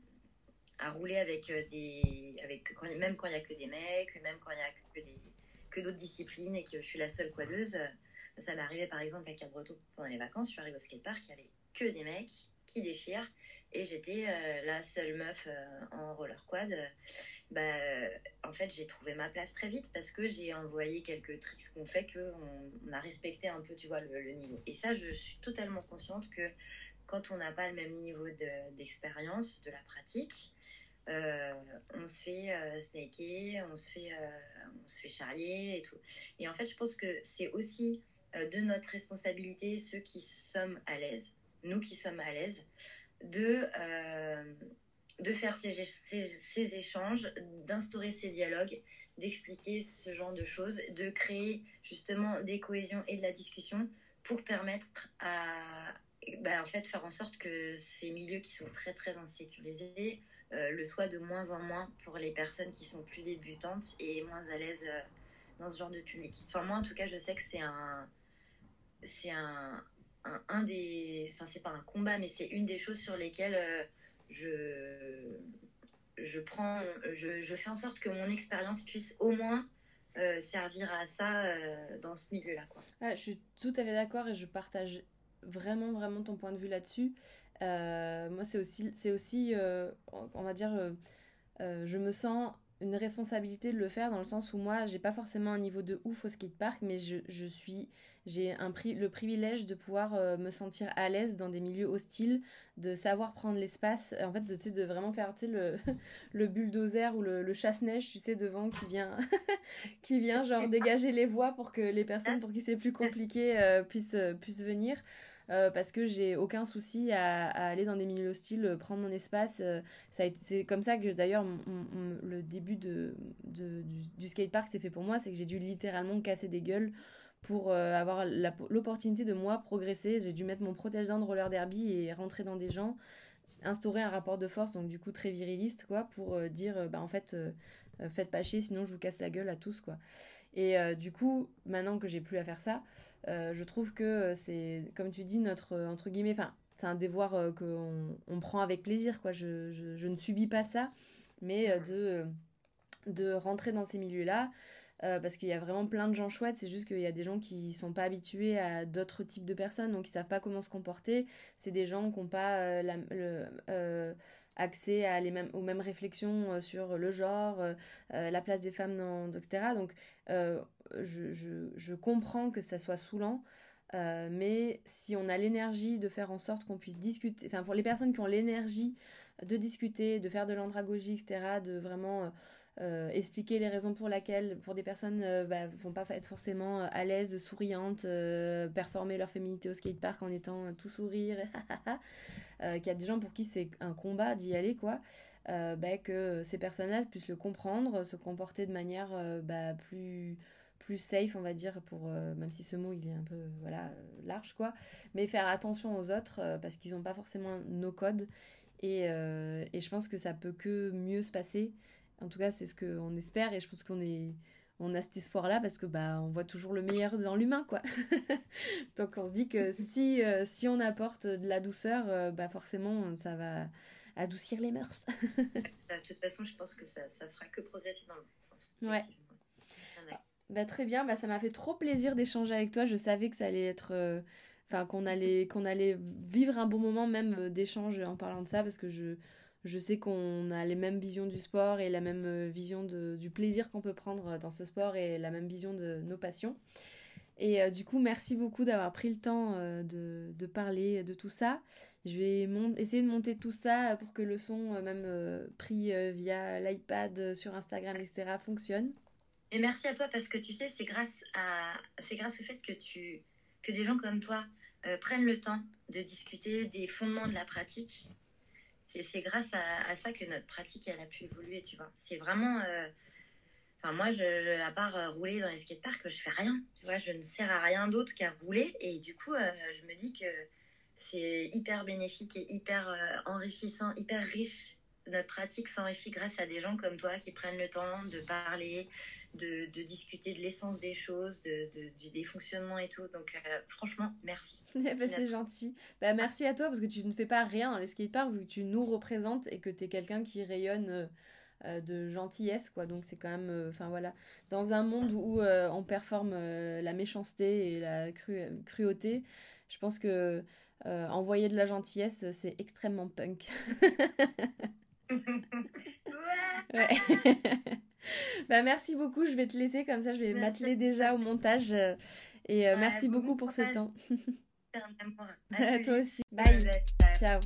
à rouler avec des, avec quand, même quand il y a que des mecs, même quand il y a que des que d'autres disciplines et que je suis la seule quadeuse. Ça m'est arrivé par exemple à Cap-Breton pendant les vacances, je suis arrivée au skatepark, il y avait que des mecs qui déchirent. Et j'étais euh, la seule meuf euh, en roller quad. Bah, euh, en fait, j'ai trouvé ma place très vite parce que j'ai envoyé quelques tricks qu'on fait qu'on on a respecté un peu, tu vois, le, le niveau. Et ça, je suis totalement consciente que quand on n'a pas le même niveau de, d'expérience, de la pratique, euh, on se fait euh, snaker, on se fait, euh, on se fait charrier et tout. Et en fait, je pense que c'est aussi euh, de notre responsabilité, ceux qui sommes à l'aise, nous qui sommes à l'aise, de, euh, de faire ces, ces, ces échanges, d'instaurer ces dialogues, d'expliquer ce genre de choses, de créer justement des cohésions et de la discussion pour permettre à, bah, en fait, faire en sorte que ces milieux qui sont très, très insécurisés euh, le soient de moins en moins pour les personnes qui sont plus débutantes et moins à l'aise euh, dans ce genre de public. Enfin, moi, en tout cas, je sais que c'est un... C'est un, un, un des... Enfin, c'est pas un combat, mais c'est une des choses sur lesquelles euh, je... Je prends... Je, je fais en sorte que mon expérience puisse au moins euh, servir à ça euh, dans ce milieu-là, quoi. Ah, je suis tout à fait d'accord et je partage vraiment, vraiment ton point de vue là-dessus. Euh, moi, c'est aussi, c'est aussi euh, on va dire, euh, euh, je me sens une responsabilité de le faire dans le sens où moi, j'ai pas forcément un niveau de ouf au skatepark, mais je, je suis, j'ai un pri- le privilège de pouvoir euh, me sentir à l'aise dans des milieux hostiles, de savoir prendre l'espace, en fait, de, tu sais, de vraiment faire, tu sais, le, le bulldozer ou le, le chasse-neige, tu sais, devant qui vient, qui vient genre dégager les voies pour que les personnes pour qui c'est plus compliqué euh, puissent, euh, puissent venir. Euh, parce que j'ai aucun souci à, à aller dans des milieux hostiles, euh, prendre mon espace. Euh, ça a été, c'est comme ça que d'ailleurs mon, mon, le début de, de, du, du skatepark s'est fait pour moi, c'est que j'ai dû littéralement casser des gueules pour euh, avoir la, l'opportunité de moi progresser. J'ai dû mettre mon protège-dents de roller derby et rentrer dans des gens, instaurer un rapport de force, donc du coup très viriliste, quoi, pour euh, dire, euh, bah en fait, euh, euh, faites pas chier, sinon je vous casse la gueule à tous, quoi. Et euh, du coup, maintenant que j'ai plus à faire ça, euh, je trouve que c'est, comme tu dis, notre, euh, entre guillemets, enfin, c'est un devoir euh, qu'on on prend avec plaisir, quoi. Je, je, je ne subis pas ça, mais euh, de, de rentrer dans ces milieux-là, euh, parce qu'il y a vraiment plein de gens chouettes, c'est juste qu'il y a des gens qui sont pas habitués à d'autres types de personnes, donc ils savent pas comment se comporter. C'est des gens qui n'ont pas euh, la, le... Euh, accès à les mêmes, aux mêmes réflexions euh, sur le genre, euh, euh, la place des femmes, dans, et cetera. Donc, euh, je, je, je comprends que ça soit saoulant, euh, mais si on a l'énergie de faire en sorte qu'on puisse discuter, enfin, pour les personnes qui ont l'énergie de discuter, de faire de l'andragogie, et cetera, de vraiment... Euh, Euh, expliquer les raisons pour lesquelles, pour des personnes euh, bah, vont pas être forcément à l'aise, souriantes, euh, performer leur féminité au skatepark en étant euh, tout sourire, euh, qu'il y a des gens pour qui c'est un combat d'y aller, quoi, euh, bah, que ces personnes-là puissent le comprendre, se comporter de manière euh, bah, plus plus safe, on va dire, pour euh, même si ce mot il est un peu voilà euh, large, quoi, mais faire attention aux autres euh, parce qu'ils n'ont pas forcément nos codes et, euh, et je pense que ça peut que mieux se passer. En tout cas, c'est ce qu'on espère et je pense qu'on est, on a cet espoir-là parce que bah, on voit toujours le meilleur dans l'humain, quoi. Donc on se dit que si, euh, si on apporte de la douceur, euh, bah, forcément, ça va adoucir les mœurs. De toute façon, je pense que ça, ça fera que progresser dans le bon sens. Ouais. Bah, très bien, bah, ça m'a fait trop plaisir d'échanger avec toi. Je savais que ça allait être... Euh... Enfin, qu'on allait, qu'on allait vivre un bon moment même d'échange en parlant de ça parce que je... Je sais qu'on a les mêmes visions du sport et la même vision de, du plaisir qu'on peut prendre dans ce sport et la même vision de nos passions. Et euh, du coup, merci beaucoup d'avoir pris le temps euh, de, de parler de tout ça. Je vais mon- essayer de monter tout ça pour que le son, euh, même euh, pris euh, via l'iPad, euh, sur Instagram, et cetera, fonctionne. Et merci à toi parce que tu sais, c'est grâce, à, c'est grâce au fait que, tu, que des gens comme toi euh, prennent le temps de discuter des fondements de la pratique. C'est, c'est grâce à, à ça que notre pratique elle a pu évoluer, tu vois. C'est vraiment... Euh... Enfin, moi, je, à part euh, rouler dans les skateparks, je fais rien. Tu vois, je ne sers à rien d'autre qu'à rouler. Et du coup, euh, je me dis que c'est hyper bénéfique et hyper euh, enrichissant, hyper riche. Notre pratique s'enrichit grâce à des gens comme toi qui prennent le temps de parler, de, de discuter de l'essence des choses, de, de, du, des fonctionnements et tout. Donc, euh, franchement, merci. bah, c'est c'est notre... gentil. Bah, merci à toi parce que tu ne fais pas rien dans les skateparks vu que tu nous représentes et que tu es quelqu'un qui rayonne euh, euh, de gentillesse, quoi. Donc, c'est quand même... Enfin, euh, voilà. Dans un monde où euh, on performe euh, la méchanceté et la cru- cruauté, je pense que euh, envoyer de la gentillesse, c'est extrêmement punk. Ouais. Bah, merci beaucoup, je vais te laisser comme ça, je vais merci m'atteler déjà au montage euh, et euh, ah, merci beaucoup pour ce temps. C'est un amour. À, à toi aussi. Bye. Ciao.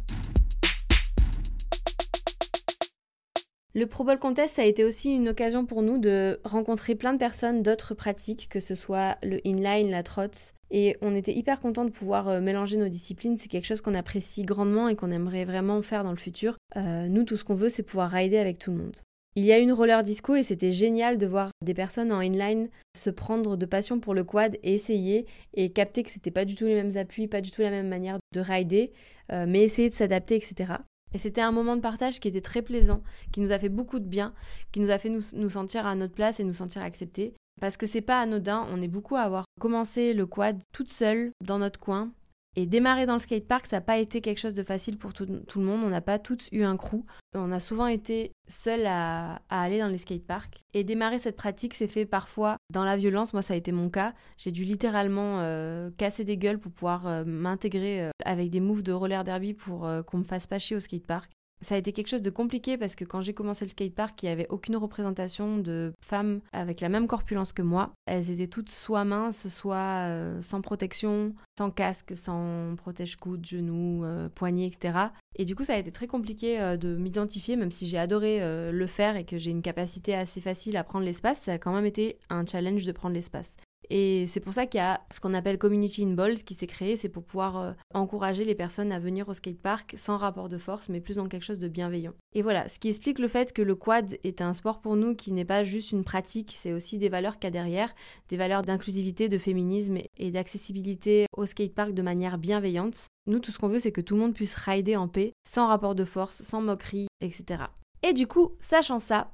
Le Pro Bowl Contest a été aussi une occasion pour nous de rencontrer plein de personnes d'autres pratiques, que ce soit le inline, la trotte. Et on était hyper contents de pouvoir euh, mélanger nos disciplines. C'est quelque chose qu'on apprécie grandement et qu'on aimerait vraiment faire dans le futur. Euh, nous, tout ce qu'on veut, c'est pouvoir rider avec tout le monde. Il y a une roller disco et c'était génial de voir des personnes en inline se prendre de passion pour le quad et essayer et capter que c'était pas du tout les mêmes appuis, pas du tout la même manière de rider, euh, mais essayer de s'adapter, et cetera. Et c'était un moment de partage qui était très plaisant, qui nous a fait beaucoup de bien, qui nous a fait nous, nous sentir à notre place et nous sentir acceptés. Parce que c'est pas anodin, on est beaucoup à avoir commencé le quad toute seule dans notre coin. Et démarrer dans le skatepark, ça n'a pas été quelque chose de facile pour tout, tout le monde. On n'a pas tous eu un crew. On a souvent été seuls à, à aller dans les skateparks. Et démarrer cette pratique s'est fait parfois dans la violence. Moi, ça a été mon cas. J'ai dû littéralement euh, casser des gueules pour pouvoir euh, m'intégrer euh, avec des moves de roller derby pour euh, qu'on me fasse pas chier au skatepark. Ça a été quelque chose de compliqué parce que quand j'ai commencé le skatepark, il n'y avait aucune représentation de femmes avec la même corpulence que moi. Elles étaient toutes soit minces, soit euh, sans protection, sans casque, sans protège-coude, genoux, euh, poignets, et cetera. Et du coup, ça a été très compliqué euh, de m'identifier, même si j'ai adoré euh, le faire et que j'ai une capacité assez facile à prendre l'espace, ça a quand même été un challenge de prendre l'espace. Et c'est pour ça qu'il y a ce qu'on appelle Community in Balls qui s'est créé, c'est pour pouvoir euh, encourager les personnes à venir au skatepark sans rapport de force, mais plus dans quelque chose de bienveillant. Et voilà, ce qui explique le fait que le quad est un sport pour nous qui n'est pas juste une pratique, c'est aussi des valeurs qu'il y a derrière, des valeurs d'inclusivité, de féminisme et d'accessibilité au skatepark de manière bienveillante. Nous, tout ce qu'on veut, c'est que tout le monde puisse rider en paix, sans rapport de force, sans moquerie, et cetera. Et du coup, sachant ça,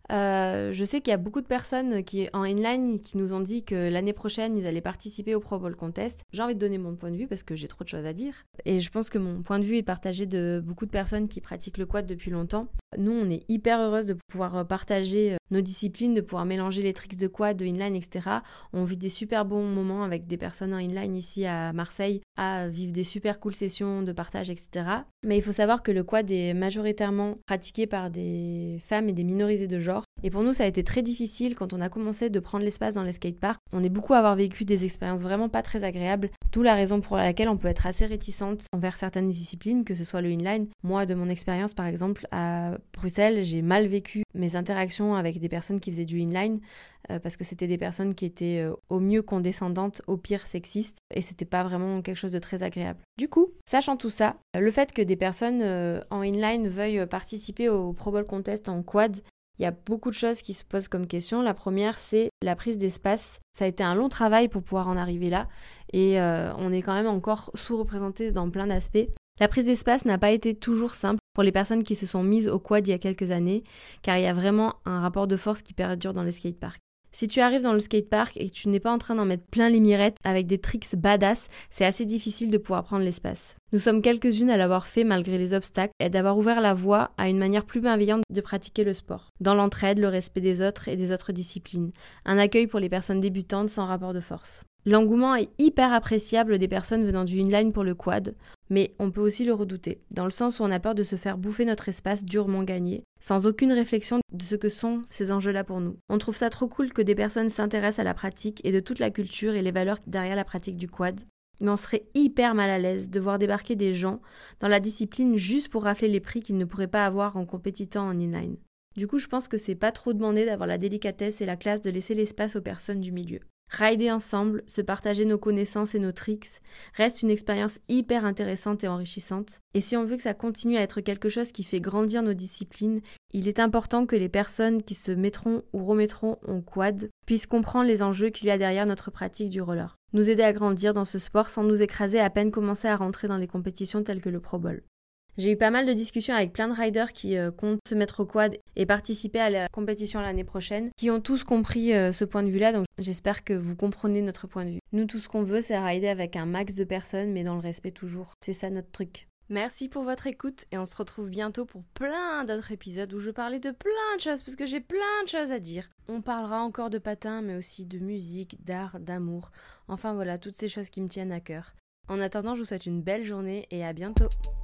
Euh, je sais qu'il y a beaucoup de personnes qui, en inline qui nous ont dit que l'année prochaine, ils allaient participer au Pro Bowl Contest. J'ai envie de donner mon point de vue parce que j'ai trop de choses à dire. Et je pense que mon point de vue est partagé de beaucoup de personnes qui pratiquent le quad depuis longtemps. Nous, on est hyper heureuse de pouvoir partager nos disciplines, de pouvoir mélanger les tricks de quad, de inline, et cetera. On vit des super bons moments avec des personnes en inline ici à Marseille, à vivre des super cool sessions de partage, et cetera. Mais il faut savoir que le quad est majoritairement pratiqué par des femmes et des minorisés de genre. Et pour nous, ça a été très difficile quand on a commencé de prendre l'espace dans les skateparks. On est beaucoup à avoir vécu des expériences vraiment pas très agréables, d'où la raison pour laquelle on peut être assez réticente envers certaines disciplines, que ce soit le inline. Moi, de mon expérience, par exemple, à Bruxelles, j'ai mal vécu mes interactions avec des personnes qui faisaient du inline, euh, parce que c'était des personnes qui étaient euh, au mieux condescendantes, au pire sexistes, et c'était pas vraiment quelque chose de très agréable. Du coup, sachant tout ça, le fait que des personnes euh, en inline veuillent participer au Pro Bowl Contest en quad, il y a beaucoup de choses qui se posent comme question. La première, c'est la prise d'espace. Ça a été un long travail pour pouvoir en arriver là, et euh, on est quand même encore sous-représenté dans plein d'aspects. La prise d'espace n'a pas été toujours simple pour les personnes qui se sont mises au quad il y a quelques années, car il y a vraiment un rapport de force qui perdure dans les skateparks. Si tu arrives dans le skatepark et que tu n'es pas en train d'en mettre plein les mirettes avec des tricks badass, c'est assez difficile de pouvoir prendre l'espace. Nous sommes quelques-unes à l'avoir fait malgré les obstacles et d'avoir ouvert la voie à une manière plus bienveillante de pratiquer le sport. Dans l'entraide, le respect des autres et des autres disciplines. Un accueil pour les personnes débutantes sans rapport de force. L'engouement est hyper appréciable des personnes venant du inline pour le quad, mais on peut aussi le redouter, dans le sens où on a peur de se faire bouffer notre espace durement gagné, sans aucune réflexion de ce que sont ces enjeux-là pour nous. On trouve ça trop cool que des personnes s'intéressent à la pratique et de toute la culture et les valeurs derrière la pratique du quad, mais on serait hyper mal à l'aise de voir débarquer des gens dans la discipline juste pour rafler les prix qu'ils ne pourraient pas avoir en compétitant en inline. Du coup, je pense que c'est pas trop demandé d'avoir la délicatesse et la classe de laisser l'espace aux personnes du milieu. Rider ensemble, se partager nos connaissances et nos tricks reste une expérience hyper intéressante et enrichissante. Et si on veut que ça continue à être quelque chose qui fait grandir nos disciplines, il est important que les personnes qui se mettront ou remettront en quad puissent comprendre les enjeux qu'il y a derrière notre pratique du roller. Nous aider à grandir dans ce sport sans nous écraser à peine commencer à rentrer dans les compétitions telles que le Pro Bowl. J'ai eu pas mal de discussions avec plein de riders qui euh, comptent se mettre au quad et participer à la compétition l'année prochaine, qui ont tous compris euh, ce point de vue-là, donc j'espère que vous comprenez notre point de vue. Nous, tout ce qu'on veut, c'est rider avec un max de personnes, mais dans le respect toujours. C'est ça notre truc. Merci pour votre écoute et on se retrouve bientôt pour plein d'autres épisodes où je parlais de plein de choses, parce que j'ai plein de choses à dire. On parlera encore de patins, mais aussi de musique, d'art, d'amour, enfin voilà, toutes ces choses qui me tiennent à cœur. En attendant, je vous souhaite une belle journée et à bientôt.